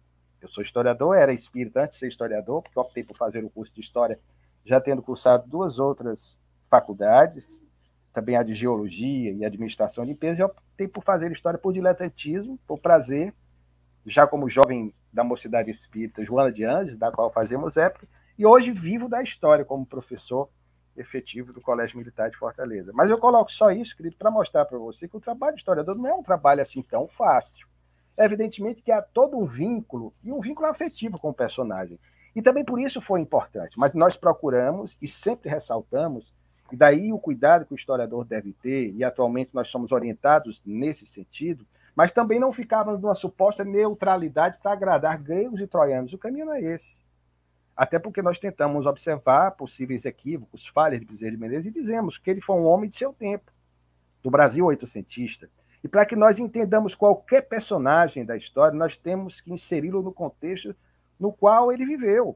Eu sou historiador, era espírita antes de ser historiador, porque optei por fazer o curso de História, já tendo cursado 2 outras faculdades, também a de Geologia e Administração de Limpeza, e optei por fazer História por diletantismo, por prazer, já como jovem da Mocidade Espírita Joana de Anjos, da qual fazemos época, e hoje vivo da história como professor efetivo do Colégio Militar de Fortaleza. Mas eu coloco só isso, querido, para mostrar para você que o trabalho de historiador não é um trabalho assim tão fácil. Evidentemente que há todo um vínculo, e um vínculo afetivo com o personagem. E também por isso foi importante. Mas nós procuramos, e sempre ressaltamos, e daí o cuidado que o historiador deve ter, e atualmente nós somos orientados nesse sentido, mas também não ficávamos numa suposta neutralidade para agradar gregos e troianos. O caminho não é esse. Até porque nós tentamos observar possíveis equívocos, falhas de Bezerra de Menezes, e dizemos que ele foi um homem de seu tempo, do Brasil oitocentista. E para que nós entendamos qualquer personagem da história, nós temos que inseri-lo no contexto no qual ele viveu.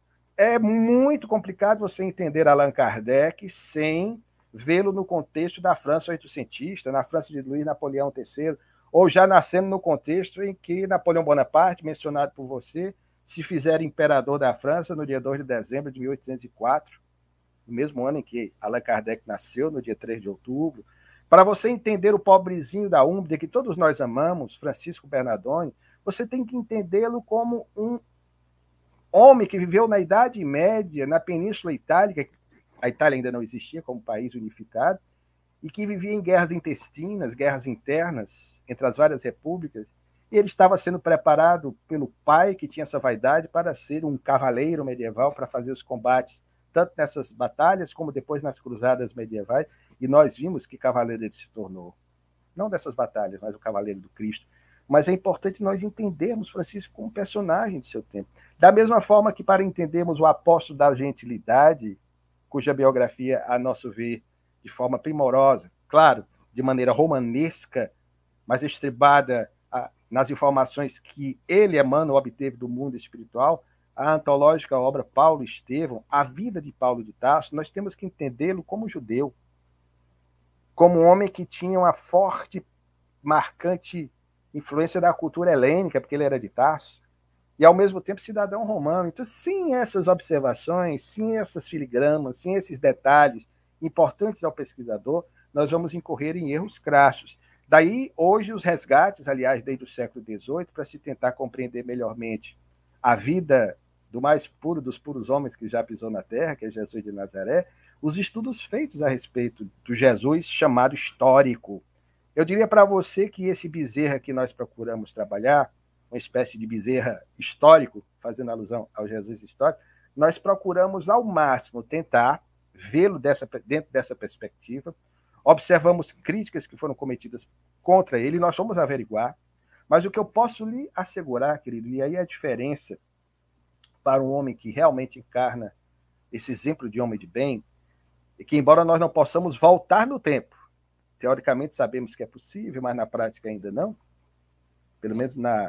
É muito complicado você entender Allan Kardec sem vê-lo no contexto da França oitocentista, na França de Luís Napoleão III, ou já nascendo no contexto em que Napoleão Bonaparte, mencionado por você, se fizer imperador da França no dia 2 de dezembro de 1804, no mesmo ano em que Allan Kardec nasceu, no dia 3 de outubro. Para você entender o pobrezinho da Úmbria, que todos nós amamos, Francisco Bernardoni, você tem que entendê-lo como um homem que viveu na Idade Média, na Península Itálica, a Itália ainda não existia como país unificado, e que vivia em guerras intestinas, guerras internas entre as várias repúblicas, e ele estava sendo preparado pelo pai, que tinha essa vaidade, para ser um cavaleiro medieval, para fazer os combates, tanto nessas batalhas, como depois nas cruzadas medievais, e nós vimos que cavaleiro ele se tornou. Não dessas batalhas, mas o cavaleiro do Cristo. Mas é importante nós entendermos Francisco como personagem de seu tempo. Da mesma forma que para entendermos o apóstolo da gentilidade, cuja biografia, a nosso ver, de forma primorosa, claro, de maneira romanesca, mas estribada nas informações que ele, Emmanuel, obteve do mundo espiritual, a antológica obra Paulo Estevão, a vida de Paulo de Tarso, nós temos que entendê-lo como judeu, como um homem que tinha uma forte, marcante influência da cultura helênica, porque ele era de Tarso, e ao mesmo tempo cidadão romano. Então, sem essas observações, sem essas filigramas, sem esses detalhes importantes ao pesquisador, nós vamos incorrer em erros crassos. Daí, hoje, os resgates, aliás, desde o século XVIII, para se tentar compreender melhormente a vida do mais puro dos puros homens que já pisou na Terra, que é Jesus de Nazaré, os estudos feitos a respeito do Jesus chamado histórico. Eu diria para você que esse Bezerra que nós procuramos trabalhar, uma espécie de Bezerra histórico, fazendo alusão ao Jesus histórico, nós procuramos ao máximo tentar vê-lo dentro dessa perspectiva. Observamos críticas que foram cometidas contra ele, nós fomos averiguar, mas o que eu posso lhe assegurar, querido, e aí a diferença para um homem que realmente encarna esse exemplo de homem de bem, é que embora nós não possamos voltar no tempo, teoricamente sabemos que é possível, mas na prática ainda não, pelo menos na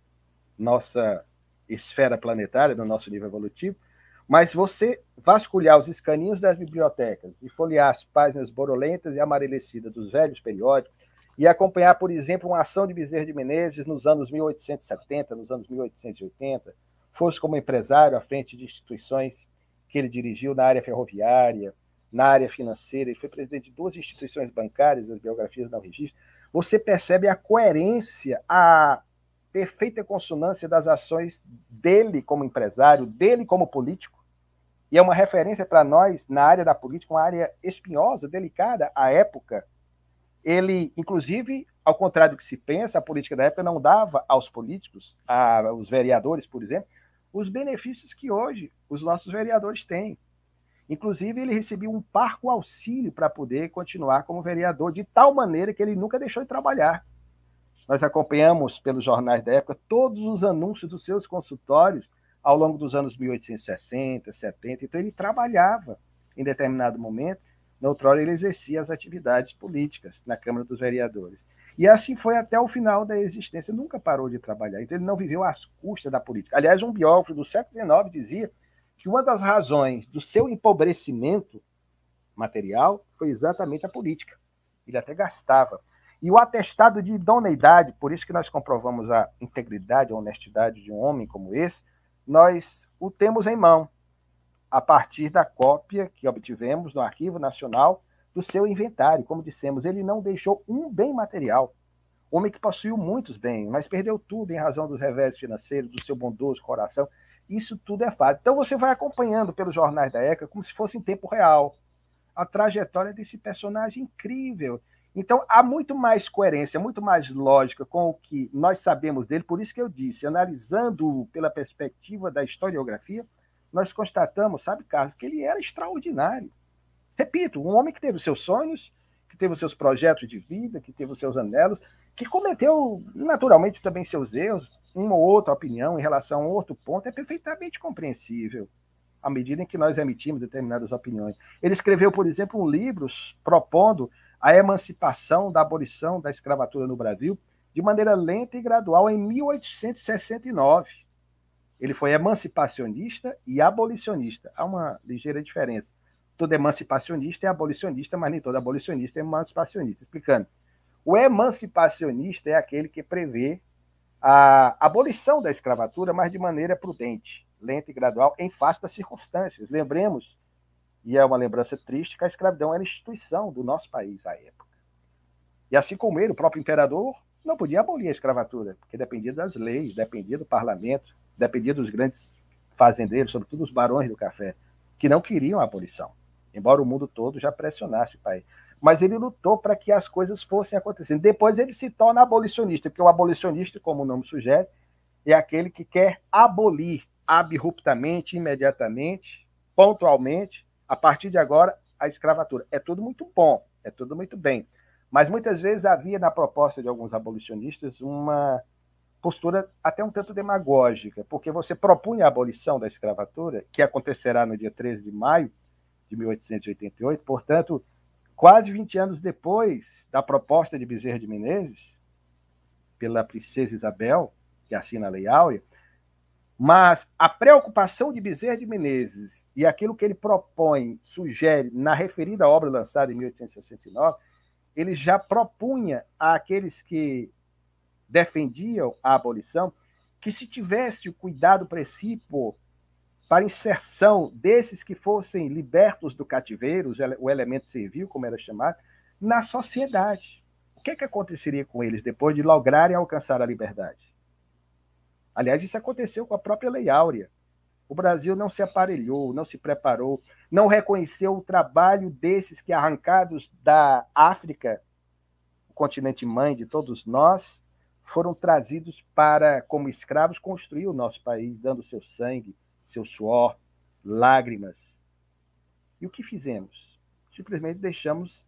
nossa esfera planetária, no nosso nível evolutivo, mas você vasculhar os escaninhos das bibliotecas e folhear as páginas borolentas e amarelecidas dos velhos periódicos e acompanhar, por exemplo, uma ação de Bezerra de Menezes nos anos 1870, nos anos 1880, fosse como empresário à frente de instituições que ele dirigiu na área ferroviária, na área financeira, ele foi presidente de 2 instituições bancárias, as biografias não registram, você percebe a coerência, a perfeita consonância das ações dele como empresário, dele como político, e é uma referência para nós na área da política, uma área espinhosa, delicada à época. Ele, inclusive, ao contrário do que se pensa, a política da época não dava aos políticos, aos vereadores, por exemplo, os benefícios que hoje os nossos vereadores têm. Inclusive, ele recebia um parco auxílio para poder continuar como vereador, de tal maneira que ele nunca deixou de trabalhar. Nós acompanhamos pelos jornais da época todos os anúncios dos seus consultórios ao longo dos anos 1860, 70. Então, ele trabalhava em determinado momento. Na outrora, ele exercia as atividades políticas na Câmara dos Vereadores. E assim foi até o final da existência. Nunca parou de trabalhar. Então, ele não viveu às custas da política. Aliás, um biógrafo do século XIX dizia que uma das razões do seu empobrecimento material foi exatamente a política. Ele até gastava. E o atestado de idoneidade, por isso que nós comprovamos a integridade, a honestidade de um homem como esse, nós o temos em mão, a partir da cópia que obtivemos no Arquivo Nacional do seu inventário. Como dissemos, ele não deixou um bem material. Homem que possuiu muitos bens, mas perdeu tudo em razão dos revés financeiros, do seu bondoso coração. Isso tudo é fato. Então você vai acompanhando pelos jornais da época como se fosse em tempo real a trajetória desse personagem incrível. Então há muito mais coerência, muito mais lógica com o que nós sabemos dele. Por isso que eu disse, analisando pela perspectiva da historiografia, nós constatamos, sabe, Carlos, que ele era extraordinário. Repito, um homem que teve os seus sonhos, que teve os seus projetos de vida, que teve os seus anelos, que cometeu naturalmente também seus erros, uma ou outra opinião em relação a outro ponto, é perfeitamente compreensível à medida em que nós emitimos determinadas opiniões. Ele escreveu, por exemplo, um livro propondo a emancipação da abolição da escravatura no Brasil de maneira lenta e gradual em 1869. Ele foi emancipacionista e abolicionista. Há uma ligeira diferença. Todo emancipacionista é abolicionista, mas nem todo abolicionista é emancipacionista. Explicando. O emancipacionista é aquele que prevê a abolição da escravatura, mas de maneira prudente, lenta e gradual, em face das circunstâncias. Lembremos, e é uma lembrança triste, que a escravidão era instituição do nosso país à época. E assim como ele, o próprio imperador, não podia abolir a escravatura, porque dependia das leis, dependia do parlamento, dependia dos grandes fazendeiros, sobretudo os barões do café, que não queriam a abolição, embora o mundo todo já pressionasse o país. Mas ele lutou para que as coisas fossem acontecendo. Depois ele se torna abolicionista, porque o abolicionista, como o nome sugere, é aquele que quer abolir abruptamente, imediatamente, pontualmente, a partir de agora, a escravatura. É tudo muito bom, é tudo muito bem. Mas muitas vezes havia na proposta de alguns abolicionistas uma postura até um tanto demagógica, porque você propunha a abolição da escravatura, que acontecerá no dia 13 de maio de 1888, portanto, quase 20 anos depois da proposta de Bezerra de Menezes, pela princesa Isabel, que assina a Lei Áurea, mas a preocupação de Bezerra de Menezes e aquilo que ele propõe, sugere na referida obra lançada em 1869, ele já propunha àqueles que defendiam a abolição que se tivesse o cuidado preciso para inserção desses que fossem libertos do cativeiro, o elemento servil, como era chamado, na sociedade. que aconteceria com eles depois de lograrem alcançar a liberdade? Aliás, isso aconteceu com a própria Lei Áurea. O Brasil não se aparelhou, não se preparou, não reconheceu o trabalho desses que, arrancados da África, o continente mãe de todos nós, foram trazidos para, como escravos, construir o nosso país, dando seu sangue, seu suor, lágrimas. E o que fizemos? Simplesmente deixamos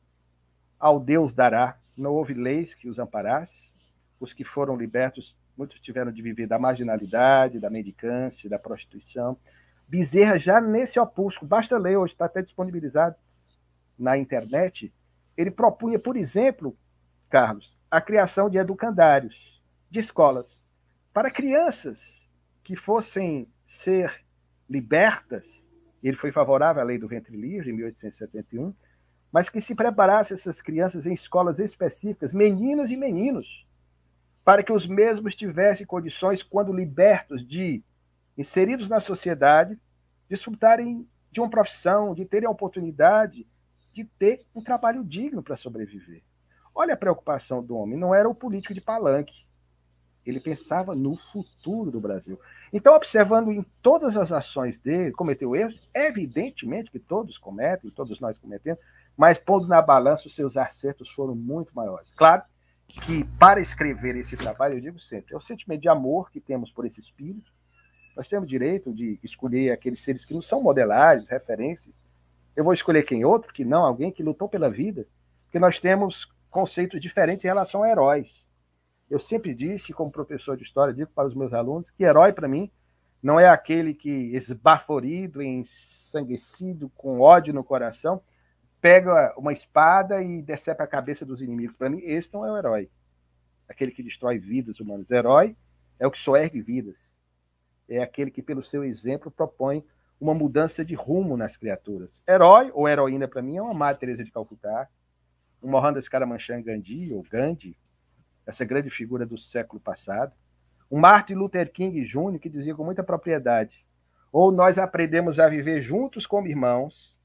ao Deus dará. Não houve leis que os amparassem. Os que foram libertos, muitos tiveram de viver da marginalidade, da mendicância, da prostituição. Bezerra, já nesse opúsculo, basta ler, hoje está até disponibilizado na internet, ele propunha, por exemplo, Carlos, a criação de educandários, de escolas, para crianças que fossem ser libertas. Ele foi favorável à lei do ventre livre, em 1871, mas que se preparasse essas crianças em escolas específicas, meninas e meninos, para que os mesmos tivessem condições, quando libertos, de, inseridos na sociedade, desfrutarem de uma profissão, de terem a oportunidade de ter um trabalho digno para sobreviver. Olha a preocupação do homem, não era o político de palanque. Ele pensava no futuro do Brasil. Então, observando em todas as ações dele, cometeu erros, evidentemente que todos cometem, todos nós cometemos, mas pondo na balança, os seus acertos foram muito maiores. Claro que, para escrever esse trabalho, eu digo sempre, é o sentimento de amor que temos por esse espírito. Nós temos direito de escolher aqueles seres que não são modelagens, referências. Eu vou escolher quem? Outro que não, alguém que lutou pela vida. Porque nós temos conceitos diferentes em relação a heróis. Eu sempre disse, como professor de história, digo para os meus alunos, que herói, para mim, não é aquele que, esbaforido, ensanguecido, com ódio no coração, pega uma espada e decepa a cabeça dos inimigos. Para mim, esse não é o herói. Aquele que destrói vidas humanas. Herói é o que só ergue vidas. É aquele que, pelo seu exemplo, propõe uma mudança de rumo nas criaturas. Herói ou heroína, para mim, é uma Madre Teresa de Calcutá, um Mohandas Karamchand Gandhi, ou Gandhi, essa grande figura do século passado, um Martin Luther King Jr., que dizia com muita propriedade, ou nós aprendemos a viver juntos como irmãos,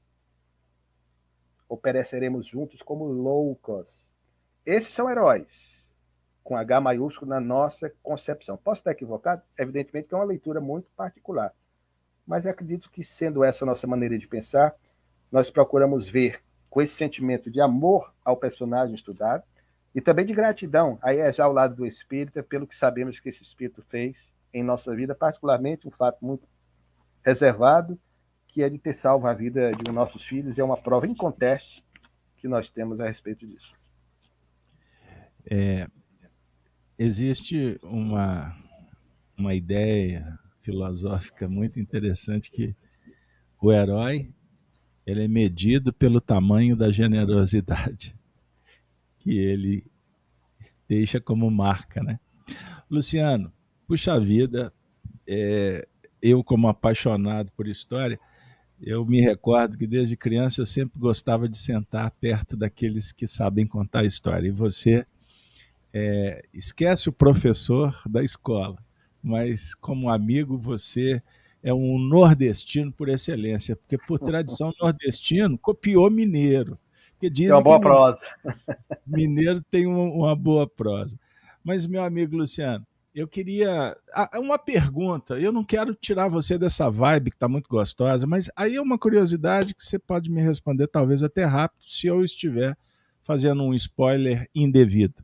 ou pereceremos juntos como loucos. Esses são heróis, com H maiúsculo na nossa concepção. Posso estar equivocado? Evidentemente que é uma leitura muito particular, mas acredito que, sendo essa a nossa maneira de pensar, nós procuramos ver com esse sentimento de amor ao personagem estudado e também de gratidão, aí é já ao lado do espírita, pelo que sabemos que esse espírito fez em nossa vida, particularmente um fato muito reservado, que é de ter salvo a vida de um nossos filhos, e é uma prova inconteste que nós temos a respeito disso. Existe uma ideia filosófica muito interessante que o herói ele é medido pelo tamanho da generosidade que ele deixa como marca, né? Luciano, puxa vida, eu como apaixonado por história, eu me recordo que desde criança eu sempre gostava de sentar perto daqueles que sabem contar a história. E você esquece o professor da escola, mas como amigo você é um nordestino por excelência, porque por tradição nordestino copiou mineiro. Porque dizem uma boa prosa. Mineiro tem uma boa prosa. Mas, meu amigo Luciano, eu queria... Uma pergunta, eu não quero tirar você dessa vibe que está muito gostosa, mas aí é uma curiosidade que você pode me responder, talvez até rápido, se eu estiver fazendo um spoiler indevido.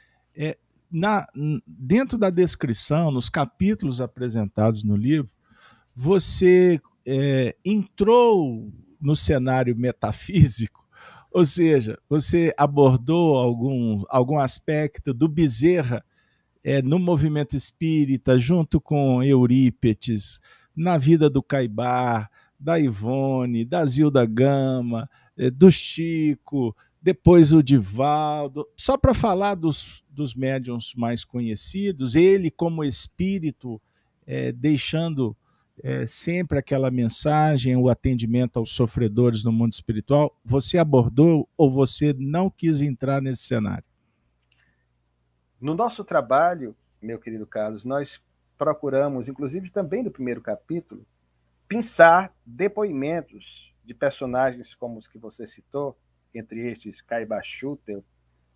Dentro da descrição, nos capítulos apresentados no livro, você entrou no cenário metafísico, ou seja, você abordou algum aspecto do Bezerra no movimento espírita, junto com Eurípetes, na vida do Caibar, da Ivone, da Zilda Gama, do Chico, depois o Divaldo, só para falar dos médiuns mais conhecidos, ele como espírito deixando sempre aquela mensagem, o atendimento aos sofredores no mundo espiritual, você abordou ou você não quis entrar nesse cenário? No nosso trabalho, meu querido Carlos, nós procuramos, inclusive também no primeiro capítulo, pensar depoimentos de personagens como os que você citou, entre estes Caibar Schutel,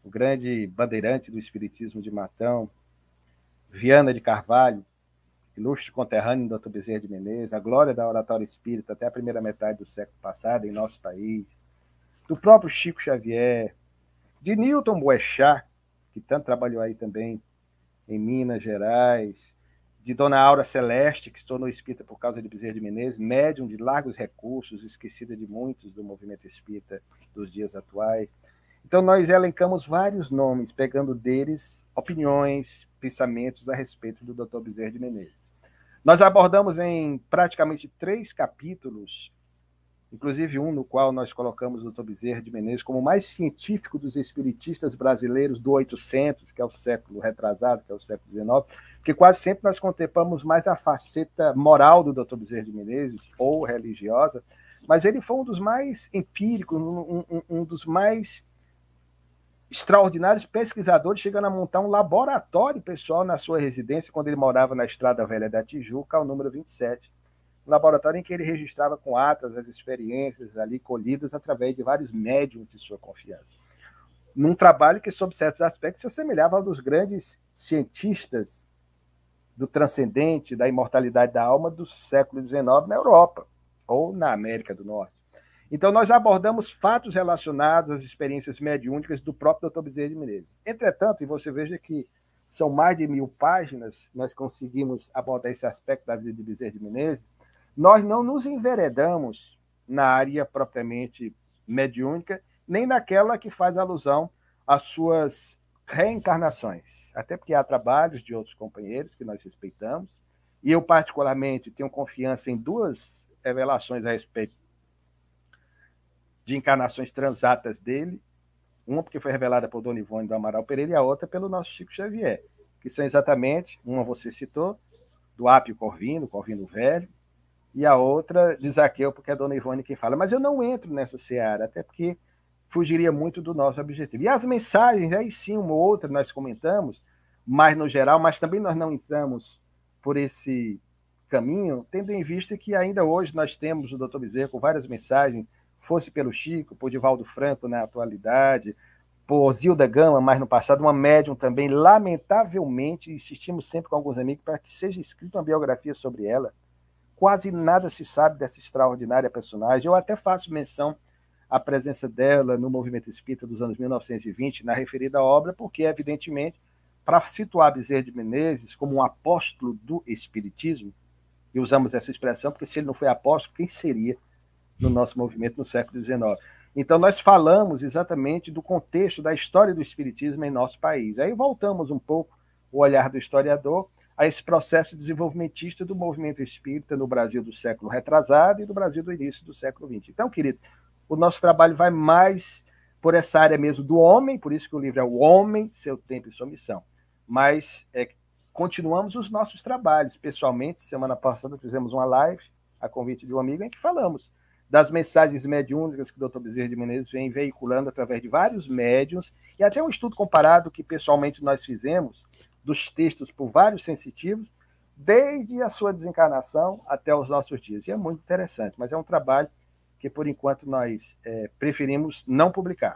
o grande bandeirante do espiritismo de Matão, Viana de Carvalho, ilustre conterrâneo do Dr. Bezerra de Menezes, a glória da oratória espírita até a primeira metade do século passado em nosso país, do próprio Chico Xavier, de Newton Boechat, que tanto trabalhou aí também em Minas Gerais, de Dona Aura Celeste, que se tornou espírita por causa de Bezerra de Menezes, médium de largos recursos, esquecida de muitos do movimento espírita dos dias atuais. Então, nós elencamos vários nomes, pegando deles opiniões, pensamentos a respeito do Dr. Bezerra de Menezes. Nós abordamos em praticamente 3 capítulos, inclusive um no qual nós colocamos o Dr. Bezerra de Menezes como o mais científico dos espiritistas brasileiros do 800, que é o século retrasado, que é o século XIX, porque quase sempre nós contemplamos mais a faceta moral do Dr. Bezerra de Menezes, ou religiosa, mas ele foi um dos mais empíricos, um dos mais extraordinários pesquisadores, chegando a montar um laboratório pessoal na sua residência, quando ele morava na Estrada Velha da Tijuca, ao número 27. Um laboratório em que ele registrava com atas as experiências ali colhidas através de vários médiums de sua confiança. Num trabalho que, sob certos aspectos, se assemelhava ao dos grandes cientistas do transcendente, da imortalidade da alma do século XIX na Europa, ou na América do Norte. Então, nós abordamos fatos relacionados às experiências mediúnicas do próprio Dr. Bezerra de Menezes. Entretanto, e você veja que são mais de 1000 páginas, nós conseguimos abordar esse aspecto da vida de Bezerra de Menezes, nós não nos enveredamos na área propriamente mediúnica, nem naquela que faz alusão às suas reencarnações. Até porque há trabalhos de outros companheiros que nós respeitamos, e eu, particularmente, tenho confiança em 2 revelações a respeito de encarnações transatas dele, uma porque foi revelada por Dona Ivone do Amaral Pereira e a outra pelo nosso Chico Xavier, que são exatamente, uma você citou, do Apio Corvino, Corvino Velho, e a outra de Zaqueu, porque é a Dona Ivone quem fala. Mas eu não entro nessa seara, até porque fugiria muito do nosso objetivo. E as mensagens, aí sim, uma ou outra nós comentamos, mais no geral, mas também nós não entramos por esse caminho, tendo em vista que ainda hoje nós temos o Dr. Bezerra com várias mensagens, fosse pelo Chico, por Divaldo Franco na atualidade, por Zilda Gama, mais no passado, uma médium também, lamentavelmente, insistimos sempre com alguns amigos para que seja escrita uma biografia sobre ela. Quase nada se sabe dessa extraordinária personagem. Eu até faço menção à presença dela no movimento espírita dos anos 1920, na referida obra, porque, evidentemente, para situar Bezerra de Menezes como um apóstolo do espiritismo, e usamos essa expressão porque se ele não foi apóstolo, quem seria no nosso movimento no século XIX? Então, nós falamos exatamente do contexto da história do espiritismo em nosso país. Aí voltamos um pouco o olhar do historiador a esse processo desenvolvimentista do movimento espírita no Brasil do século retrasado e do Brasil do início do século XX. Então, querido, o nosso trabalho vai mais por essa área mesmo do homem, por isso que o livro é O Homem, Seu Tempo e Sua Missão. Mas continuamos os nossos trabalhos. Pessoalmente, semana passada fizemos uma live, a convite de um amigo, em que falamos das mensagens mediúnicas que o Dr. Bezerra de Menezes vem veiculando através de vários médiuns, e até um estudo comparado que pessoalmente nós fizemos, dos textos por vários sensitivos, desde a sua desencarnação até os nossos dias. E é muito interessante, mas é um trabalho que, por enquanto, nós preferimos não publicar.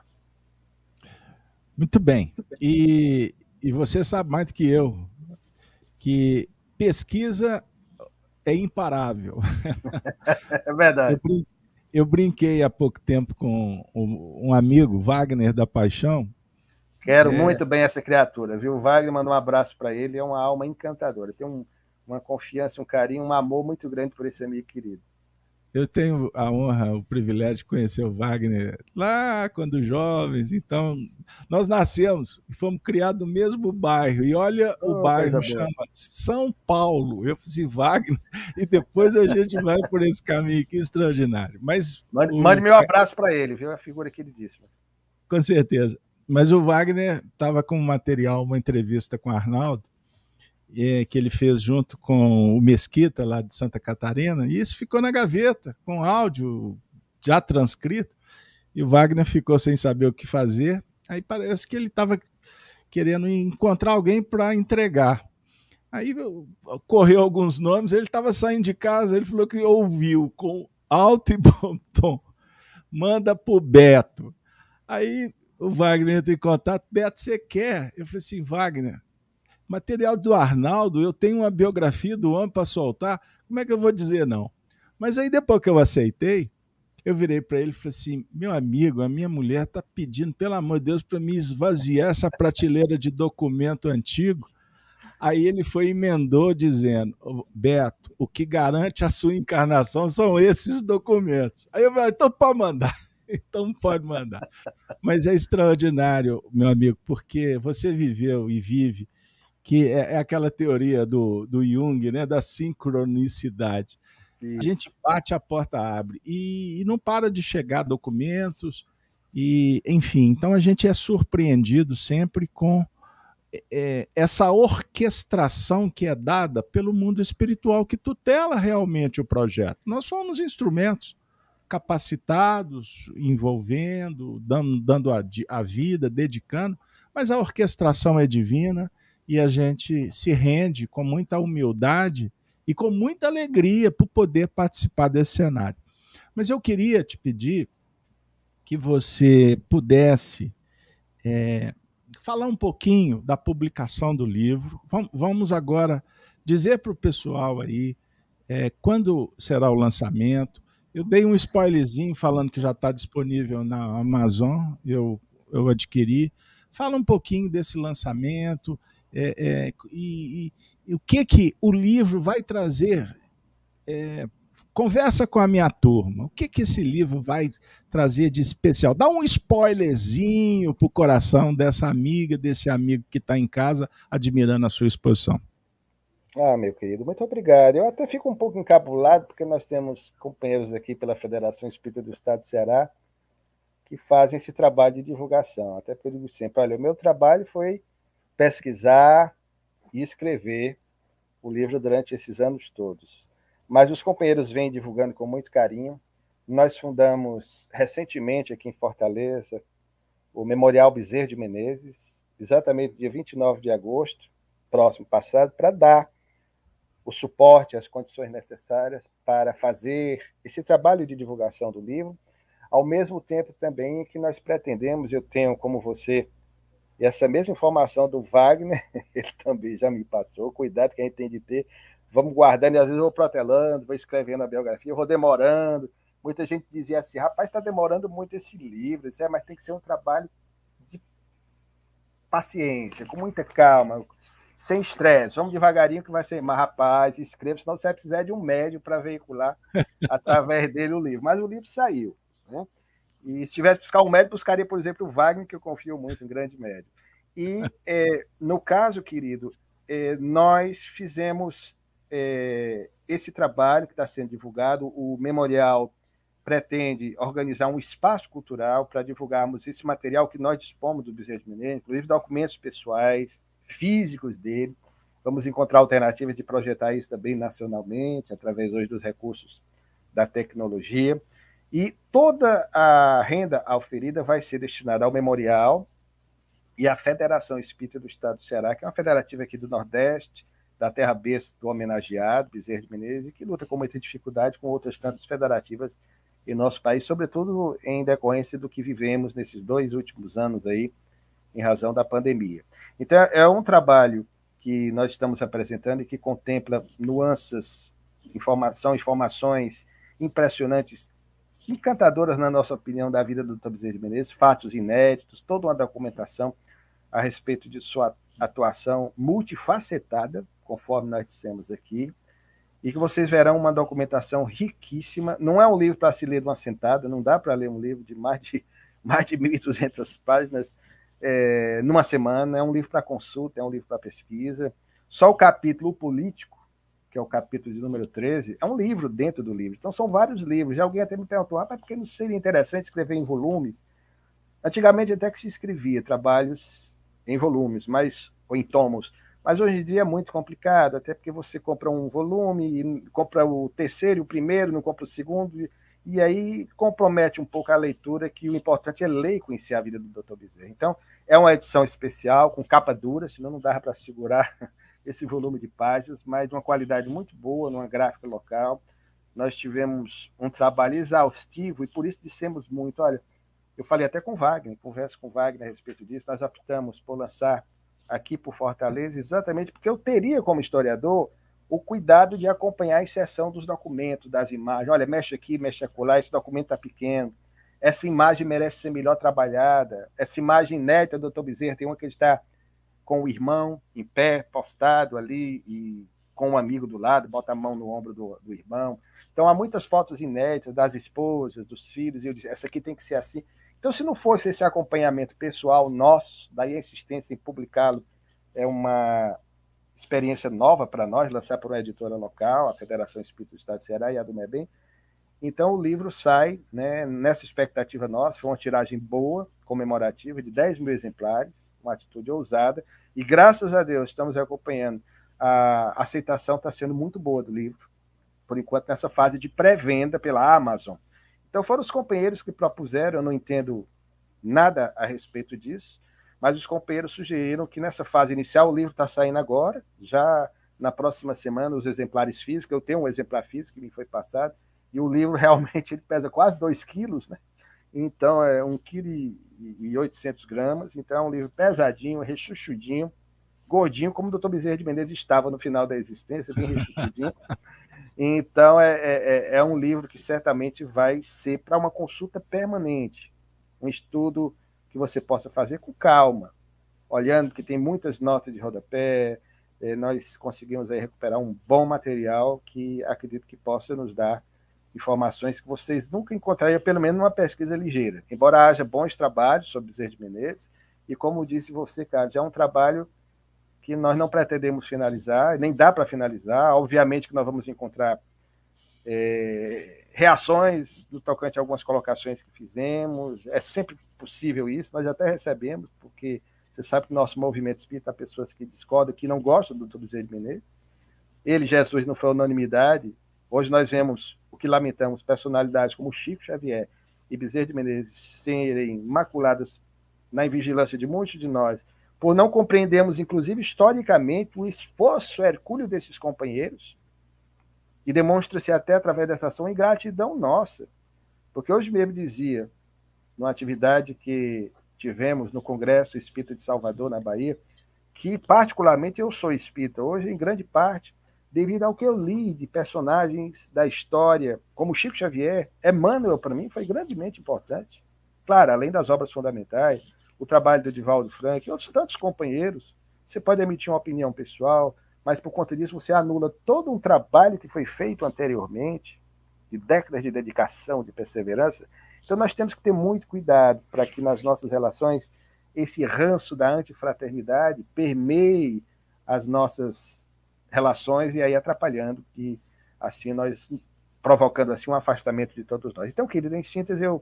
Muito bem. E você sabe mais do que eu, que pesquisa é imparável. É verdade. Eu brinquei há pouco tempo com um amigo, Wagner da Paixão. Quero muito bem essa criatura, viu? O Wagner mandou um abraço para ele, é uma alma encantadora. Tem uma confiança, um carinho, um amor muito grande por esse amigo querido. Eu tenho a honra, o privilégio de conhecer o Wagner lá quando jovens. Então, nós nascemos e fomos criados no mesmo bairro. E olha, o bairro chama São Paulo. Eu fiz Wagner e depois a gente vai por esse caminho aqui extraordinário. Mas mande meu abraço para ele, viu? É a figura queridíssima. Com certeza. Mas o Wagner estava com material, uma entrevista com o Arnaldo, que ele fez junto com o Mesquita, lá de Santa Catarina, e isso ficou na gaveta, com áudio já transcrito, e o Wagner ficou sem saber o que fazer. Aí parece que ele estava querendo encontrar alguém para entregar. Aí correu alguns nomes, ele estava saindo de casa, ele falou que ouviu com alto e bom tom, manda pro Beto. Aí o Wagner entra em contato, Beto, você quer? Eu falei assim, Wagner, material do Arnaldo, eu tenho uma biografia do homem para soltar, como é que eu vou dizer não? Mas aí depois que eu aceitei, eu virei para ele e falei assim, meu amigo, a minha mulher está pedindo, pelo amor de Deus, para me esvaziar essa prateleira de documento antigo. Aí ele foi e emendou dizendo, Beto, o que garante a sua encarnação são esses documentos. Aí eu falei, então pode mandar, então pode mandar. Mas é extraordinário, meu amigo, porque você viveu e vive, que é aquela teoria do Jung, né, da sincronicidade. A Isso. gente bate, a porta abre e não para de chegar documentos e, enfim, então a gente é surpreendido sempre com essa orquestração que é dada pelo mundo espiritual que tutela realmente o projeto. Nós somos instrumentos capacitados, envolvendo, dando a vida, dedicando, mas a orquestração é divina e a gente se rende com muita humildade e com muita alegria por poder participar desse cenário. Mas eu queria te pedir que você pudesse falar um pouquinho da publicação do livro. Vamos agora dizer para o pessoal aí quando será o lançamento. Eu dei um spoilerzinho falando que já está disponível na Amazon, eu adquiri. Fala um pouquinho desse lançamento e o que o livro vai trazer. Conversa com a minha turma. O que esse livro vai trazer de especial? Dá um spoilerzinho pro coração dessa amiga, desse amigo que está em casa admirando a sua exposição. Ah, meu querido, muito obrigado. Eu até fico um pouco encabulado, porque nós temos companheiros aqui pela Federação Espírita do Estado do Ceará que fazem esse trabalho de divulgação. Até porque eu digo sempre, olha, o meu trabalho foi pesquisar e escrever o livro durante esses anos todos. Mas os companheiros vêm divulgando com muito carinho. Nós fundamos recentemente aqui em Fortaleza o Memorial Bezerra de Menezes, exatamente dia 29 de agosto, próximo passado, para dar o suporte, as condições necessárias para fazer esse trabalho de divulgação do livro, ao mesmo tempo também que nós pretendemos, eu tenho como você, e essa mesma informação do Wagner, ele também já me passou, cuidado que a gente tem de ter, vamos guardando, e às vezes eu vou protelando, vou escrevendo a biografia, eu vou demorando, muita gente dizia assim, rapaz, está demorando muito esse livro, mas tem que ser um trabalho de paciência, com muita calma, sem estresse, vamos devagarinho que vai ser, mas rapaz, escreva, senão você vai precisar de um médium para veicular através dele o livro. Mas o livro saiu, né? E se tivesse que buscar um médium, buscaria, por exemplo, o Wagner, que eu confio muito, um grande médium. E, no caso, querido, nós fizemos esse trabalho que está sendo divulgado, o memorial pretende organizar um espaço cultural para divulgarmos esse material que nós dispomos do Bezerra de Menezes, inclusive documentos pessoais, físicos dele. Vamos encontrar alternativas de projetar isso também nacionalmente, através hoje dos recursos da tecnologia. E toda a renda auferida vai ser destinada ao memorial e à Federação Espírita do Estado do Ceará, que é uma federativa aqui do Nordeste, da terra berço do homenageado, Bezerra de Menezes, que luta com muita dificuldade com outras tantas federativas em nosso país, sobretudo em decorrência do que vivemos nesses 2 últimos anos aí, em razão da pandemia. Então, é um trabalho que nós estamos apresentando e que contempla nuances, informações impressionantes, encantadoras, na nossa opinião, da vida do Dr. Bezerra de Menezes, fatos inéditos, toda uma documentação a respeito de sua atuação multifacetada, conforme nós dissemos aqui, e que vocês verão uma documentação riquíssima. Não é um livro para se ler de uma sentada, não dá para ler um livro de mais de 1.200 páginas numa semana, é um livro para consulta, é um livro para pesquisa. Só o capítulo político, que é o capítulo de número 13, é um livro dentro do livro. Então, são vários livros. Já alguém até me perguntou, por que não seria interessante escrever em volumes? Antigamente, até que se escrevia trabalhos em volumes, ou em tomos, mas hoje em dia é muito complicado, até porque você compra um volume, e compra o terceiro, o primeiro, não compra o segundo, e aí compromete um pouco a leitura, que o importante é ler e conhecer a vida do Dr. Bezerra. Então, é uma edição especial, com capa dura, senão não dava para segurar esse volume de páginas, mas de uma qualidade muito boa, numa gráfica local. Nós tivemos um trabalho exaustivo e por isso dissemos muito, olha, Eu falei até com o Wagner, converso com o Wagner a respeito disso, nós optamos por lançar aqui por Fortaleza, exatamente porque eu teria, como historiador, o cuidado de acompanhar a inserção dos documentos, das imagens. Olha, mexe aqui, mexe acolá, esse documento está pequeno, essa imagem merece ser melhor trabalhada, essa imagem inédita do Dr. Bezerra, tem uma que ele está com o irmão em pé, postado ali, e com um amigo do lado, bota a mão no ombro do irmão. Então, há muitas fotos inéditas das esposas, dos filhos, e eu disse, essa aqui tem que ser assim. Então, se não fosse esse acompanhamento pessoal nosso, daí a insistência em publicá-lo é uma experiência nova para nós, lançar por uma editora local, a Federação Espírita do Estado de Ceará e a do MEBEM. Então, o livro sai, né, nessa expectativa nossa, foi uma tiragem boa, comemorativa, de 10 mil exemplares, uma atitude ousada, e graças a Deus estamos acompanhando. A aceitação está sendo muito boa do livro, por enquanto, nessa fase de pré-venda pela Amazon. Então, foram os companheiros que propuseram, eu não entendo nada a respeito disso, mas os companheiros sugeriram que nessa fase inicial, o livro está saindo agora, já na próxima semana, os exemplares físicos, eu tenho um exemplar físico que me foi passado, e o livro realmente ele pesa quase 2 quilos, né? Então é 1,8 kg, então é um livro pesadinho, rechuchudinho, gordinho, como o Dr. Bezerra de Menezes estava no final da existência, bem rechuchudinho. Então é um livro que certamente vai ser para uma consulta permanente, um estudo que você possa fazer com calma, olhando que tem muitas notas de rodapé, nós conseguimos aí recuperar um bom material que acredito que possa nos dar informações que vocês nunca encontrariam, pelo menos numa pesquisa ligeira. Embora haja bons trabalhos sobre Bezerra de Menezes, e como disse você, Carlos, é um trabalho que nós não pretendemos finalizar, nem dá para finalizar. Obviamente que nós vamos encontrar reações no tocante a algumas colocações que fizemos, é sempre possível isso, nós até recebemos, porque você sabe que o nosso movimento espírita há pessoas que discordam, que não gostam do Dr. Bezerra de Menezes. Ele, Jesus, não foi unanimidade. Hoje nós vemos o que lamentamos, personalidades como Chico Xavier e Bezerra de Menezes serem maculadas na invigilância de muitos de nós, por não compreendermos, inclusive, historicamente, o esforço hercúleo desses companheiros, e demonstra-se até através dessa ação ingratidão nossa. Porque hoje mesmo dizia, numa atividade que tivemos no Congresso Espírita de Salvador, na Bahia, que particularmente eu sou espírita hoje, em grande parte, devido ao que eu li de personagens da história, como Chico Xavier. Emmanuel, para mim, foi grandemente importante. Claro, além das obras fundamentais, o trabalho do Divaldo Franco e outros tantos companheiros. Você pode emitir uma opinião pessoal, mas por conta disso você anula todo um trabalho que foi feito anteriormente, de décadas de dedicação, de perseverança. Então nós temos que ter muito cuidado para que nas nossas relações esse ranço da antifraternidade permeie as nossas relações e aí atrapalhando, e assim nós provocando assim um afastamento de todos nós. Então, querido, em síntese, eu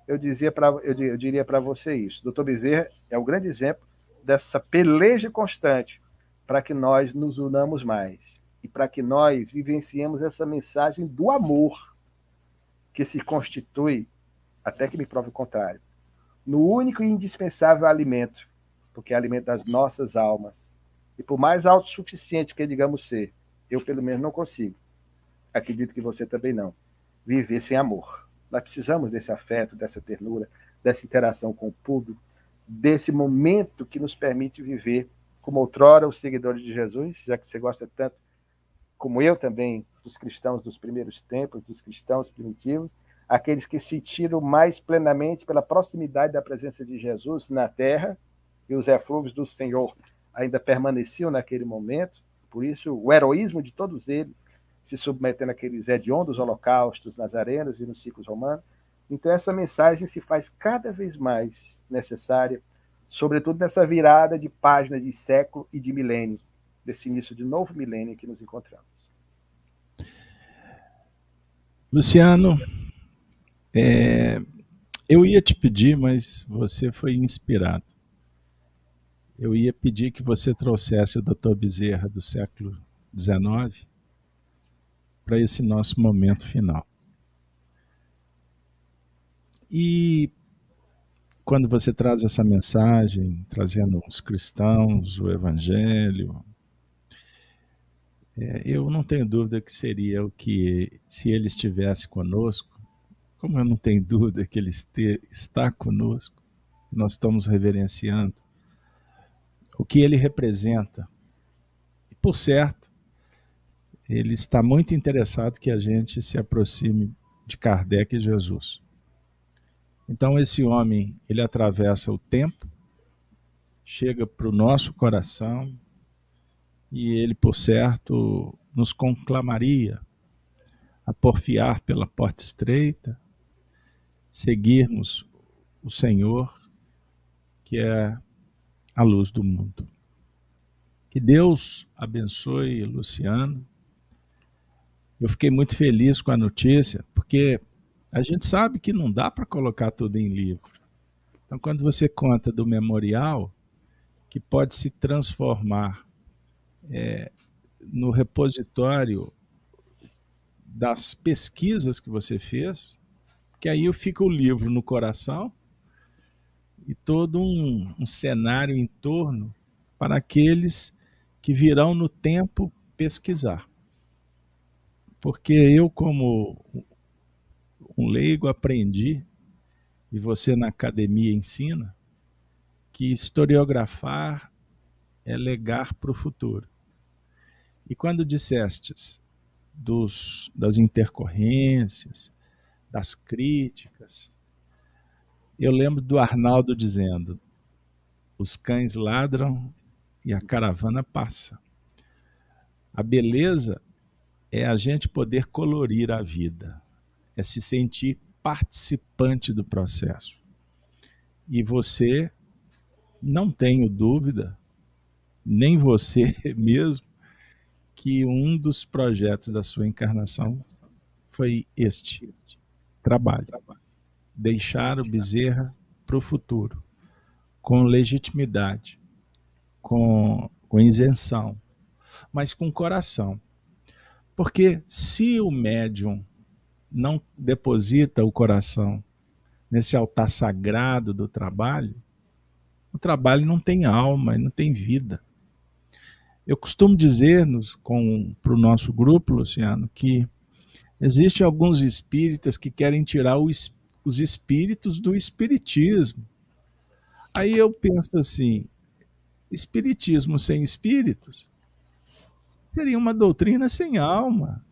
diria para você isso. Dr. Bezerra é o grande exemplo dessa peleja constante para que nós nos unamos mais e para que nós vivenciemos essa mensagem do amor que se constitui, até que me prove o contrário, no único e indispensável alimento, porque é alimento das nossas almas. E por mais autossuficiente que digamos ser, eu pelo menos não consigo, acredito que você também não, viver sem amor. Nós precisamos desse afeto, dessa ternura, dessa interação com o público, desse momento que nos permite viver como outrora os seguidores de Jesus, já que você gosta tanto, como eu também, dos cristãos dos primeiros tempos, dos cristãos primitivos, aqueles que se sentiram mais plenamente pela proximidade da presença de Jesus na terra, e os eflúvios do Senhor ainda permaneciam naquele momento, por isso o heroísmo de todos eles, se submetendo àqueles hediondos holocaustos nas arenas e nos ciclos romanos. Então essa mensagem se faz cada vez mais necessária, sobretudo nessa virada de página de século e de milênio, desse início de novo milênio em que nos encontramos. Luciano, eu ia te pedir, mas você foi inspirado. Eu ia pedir que você trouxesse o Dr. Bezerra do século XIX para esse nosso momento final. E quando você traz essa mensagem, trazendo os cristãos, o evangelho, eu não tenho dúvida que seria o que, se ele estivesse conosco, como eu não tenho dúvida que ele está conosco, nós estamos reverenciando o que ele representa. E, por certo, ele está muito interessado que a gente se aproxime de Kardec e Jesus. Então, esse homem, ele atravessa o tempo, chega para o nosso coração e ele, por certo, nos conclamaria a porfiar pela porta estreita, seguirmos o Senhor, que é a luz do mundo. Que Deus abençoe Luciano. Eu fiquei muito feliz com a notícia, porque a gente sabe que não dá para colocar tudo em livro. Então, quando você conta do memorial, que pode se transformar no repositório das pesquisas que você fez, que aí fica o livro no coração e todo um cenário em torno para aqueles que virão no tempo pesquisar. Porque eu, como um leigo, aprendi, e você na academia ensina, que historiografar é legar para o futuro. E quando dissestes das intercorrências, das críticas, eu lembro do Arnaldo dizendo: os cães ladram e a caravana passa. A beleza é a gente poder colorir a vida, é se sentir participante do processo. E você, não tenho dúvida, nem você mesmo, que um dos projetos da sua encarnação foi este trabalho. Deixar o Bezerra para o futuro, com legitimidade, com isenção, mas com coração. Porque se o médium não deposita o coração nesse altar sagrado do trabalho, o trabalho não tem alma, não tem vida. Eu costumo dizer para o nosso grupo, Luciano, que existem alguns espíritas que querem tirar os espíritos do espiritismo. Aí eu penso assim, espiritismo sem espíritos seria uma doutrina sem alma.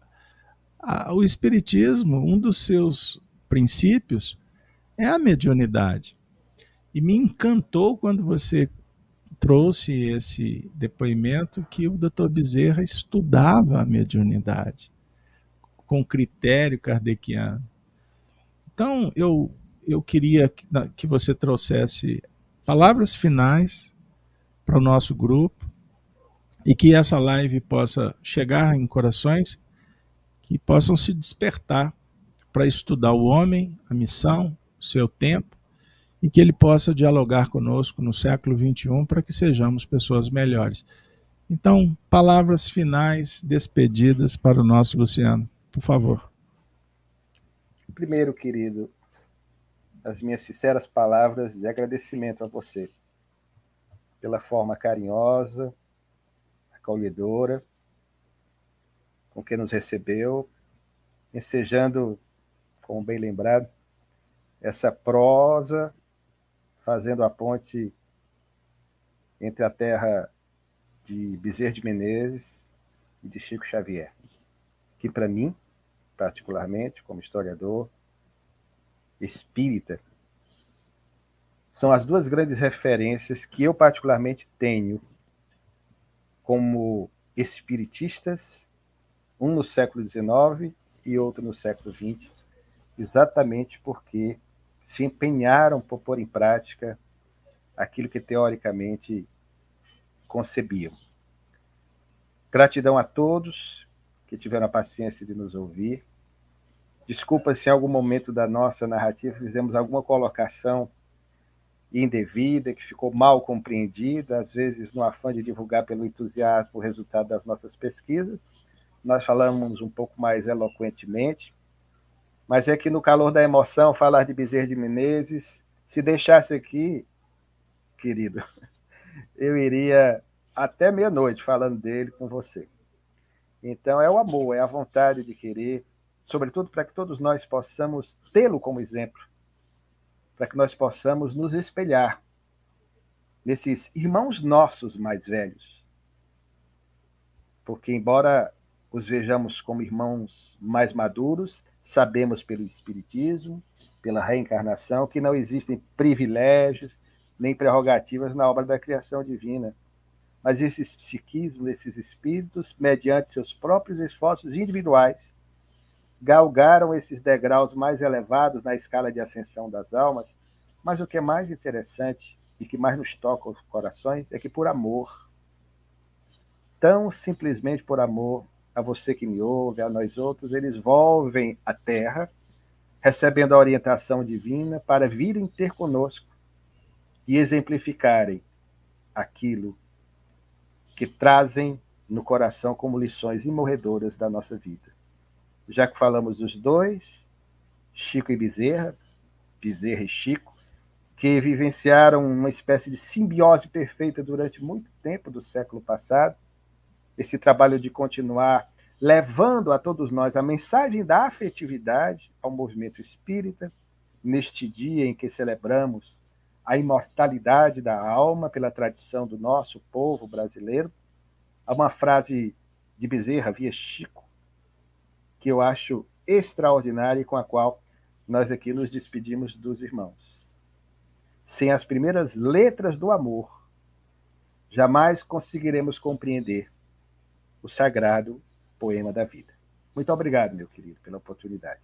O espiritismo, um dos seus princípios é a mediunidade. E me encantou quando você trouxe esse depoimento que o Dr. Bezerra estudava a mediunidade com critério kardeciano. Então, eu queria que você trouxesse palavras finais para o nosso grupo e que essa live possa chegar em corações que possam se despertar para estudar o homem, a missão, o seu tempo, e que ele possa dialogar conosco no século XXI para que sejamos pessoas melhores. Então, palavras finais, despedidas para o nosso Luciano, por favor. Primeiro, querido, as minhas sinceras palavras de agradecimento a você pela forma carinhosa, acolhedora, com que nos recebeu, ensejando, como bem lembrado, essa prosa, fazendo a ponte entre a terra de Bezerra de Menezes e de Chico Xavier, que para mim, particularmente, como historiador, espírita, são as duas grandes referências que eu particularmente tenho como espiritistas, um no século XIX e outro no século XX, exatamente porque se empenharam por pôr em prática aquilo que teoricamente concebiam. Gratidão a todos que tiveram a paciência de nos ouvir. Desculpa se em algum momento da nossa narrativa fizemos alguma colocação indevida, que ficou mal compreendida, às vezes no afã de divulgar pelo entusiasmo o resultado das nossas pesquisas. Nós falamos um pouco mais eloquentemente, mas é que no calor da emoção, falar de Bezerra de Menezes, se deixasse aqui, querido, eu iria até meia-noite falando dele com você. Então é o amor, é a vontade de querer sobretudo para que todos nós possamos tê-lo como exemplo, para que nós possamos nos espelhar nesses irmãos nossos mais velhos. Porque, embora os vejamos como irmãos mais maduros, sabemos pelo Espiritismo, pela reencarnação, que não existem privilégios nem prerrogativas na obra da criação divina. Mas esses psiquismos, esses espíritos, mediante seus próprios esforços individuais, galgaram esses degraus mais elevados na escala de ascensão das almas. Mas o que é mais interessante e que mais nos toca os corações é que, por amor, tão simplesmente por amor a você que me ouve, a nós outros, eles volvem à Terra, recebendo a orientação divina para virem ter conosco e exemplificarem aquilo que trazem no coração como lições imorredoras da nossa vida. Já que falamos dos dois, Chico e Bezerra, Bezerra e Chico, que vivenciaram uma espécie de simbiose perfeita durante muito tempo do século passado, esse trabalho de continuar levando a todos nós a mensagem da afetividade ao movimento espírita, neste dia em que celebramos a imortalidade da alma pela tradição do nosso povo brasileiro. Há uma frase de Bezerra via Chico que eu acho extraordinária e com a qual nós aqui nos despedimos dos irmãos. Sem as primeiras letras do amor, jamais conseguiremos compreender o sagrado poema da vida. Muito obrigado, meu querido, pela oportunidade.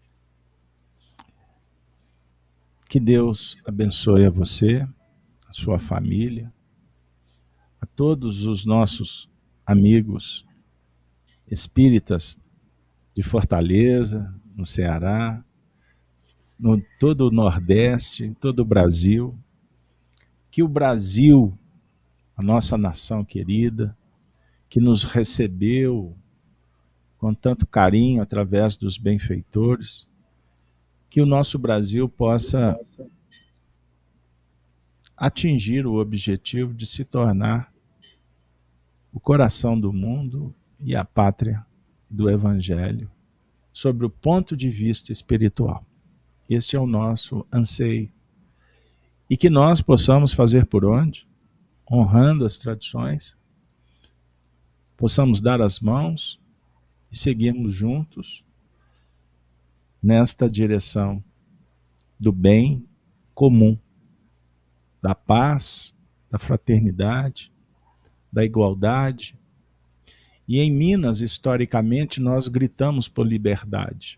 Que Deus abençoe a você, a sua família, a todos os nossos amigos espíritas de Fortaleza, no Ceará, no todo o Nordeste, em todo o Brasil. Que o Brasil, a nossa nação querida, que nos recebeu com tanto carinho através dos benfeitores, que o nosso Brasil possa atingir o objetivo de se tornar o coração do mundo e a pátria do Evangelho, sob o ponto de vista espiritual. Este é o nosso anseio. E que nós possamos fazer por onde? Honrando as tradições, possamos dar as mãos e seguirmos juntos nesta direção do bem comum, da paz, da fraternidade, da igualdade. E em Minas, historicamente, nós gritamos por liberdade.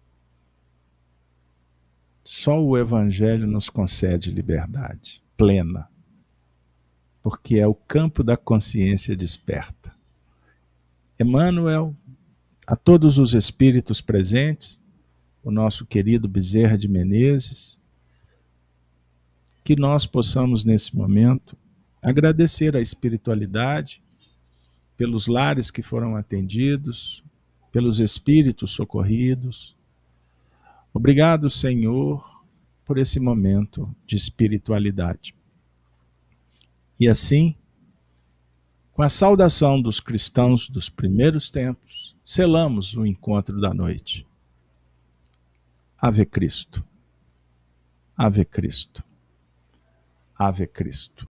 Só o Evangelho nos concede liberdade plena, porque é o campo da consciência desperta. Emmanuel, a todos os espíritos presentes, o nosso querido Bezerra de Menezes, que nós possamos nesse momento agradecer a espiritualidade pelos lares que foram atendidos, pelos espíritos socorridos. Obrigado, Senhor, por esse momento de espiritualidade. E assim, com a saudação dos cristãos dos primeiros tempos, selamos o encontro da noite. Ave Cristo. Ave Cristo. Ave Cristo.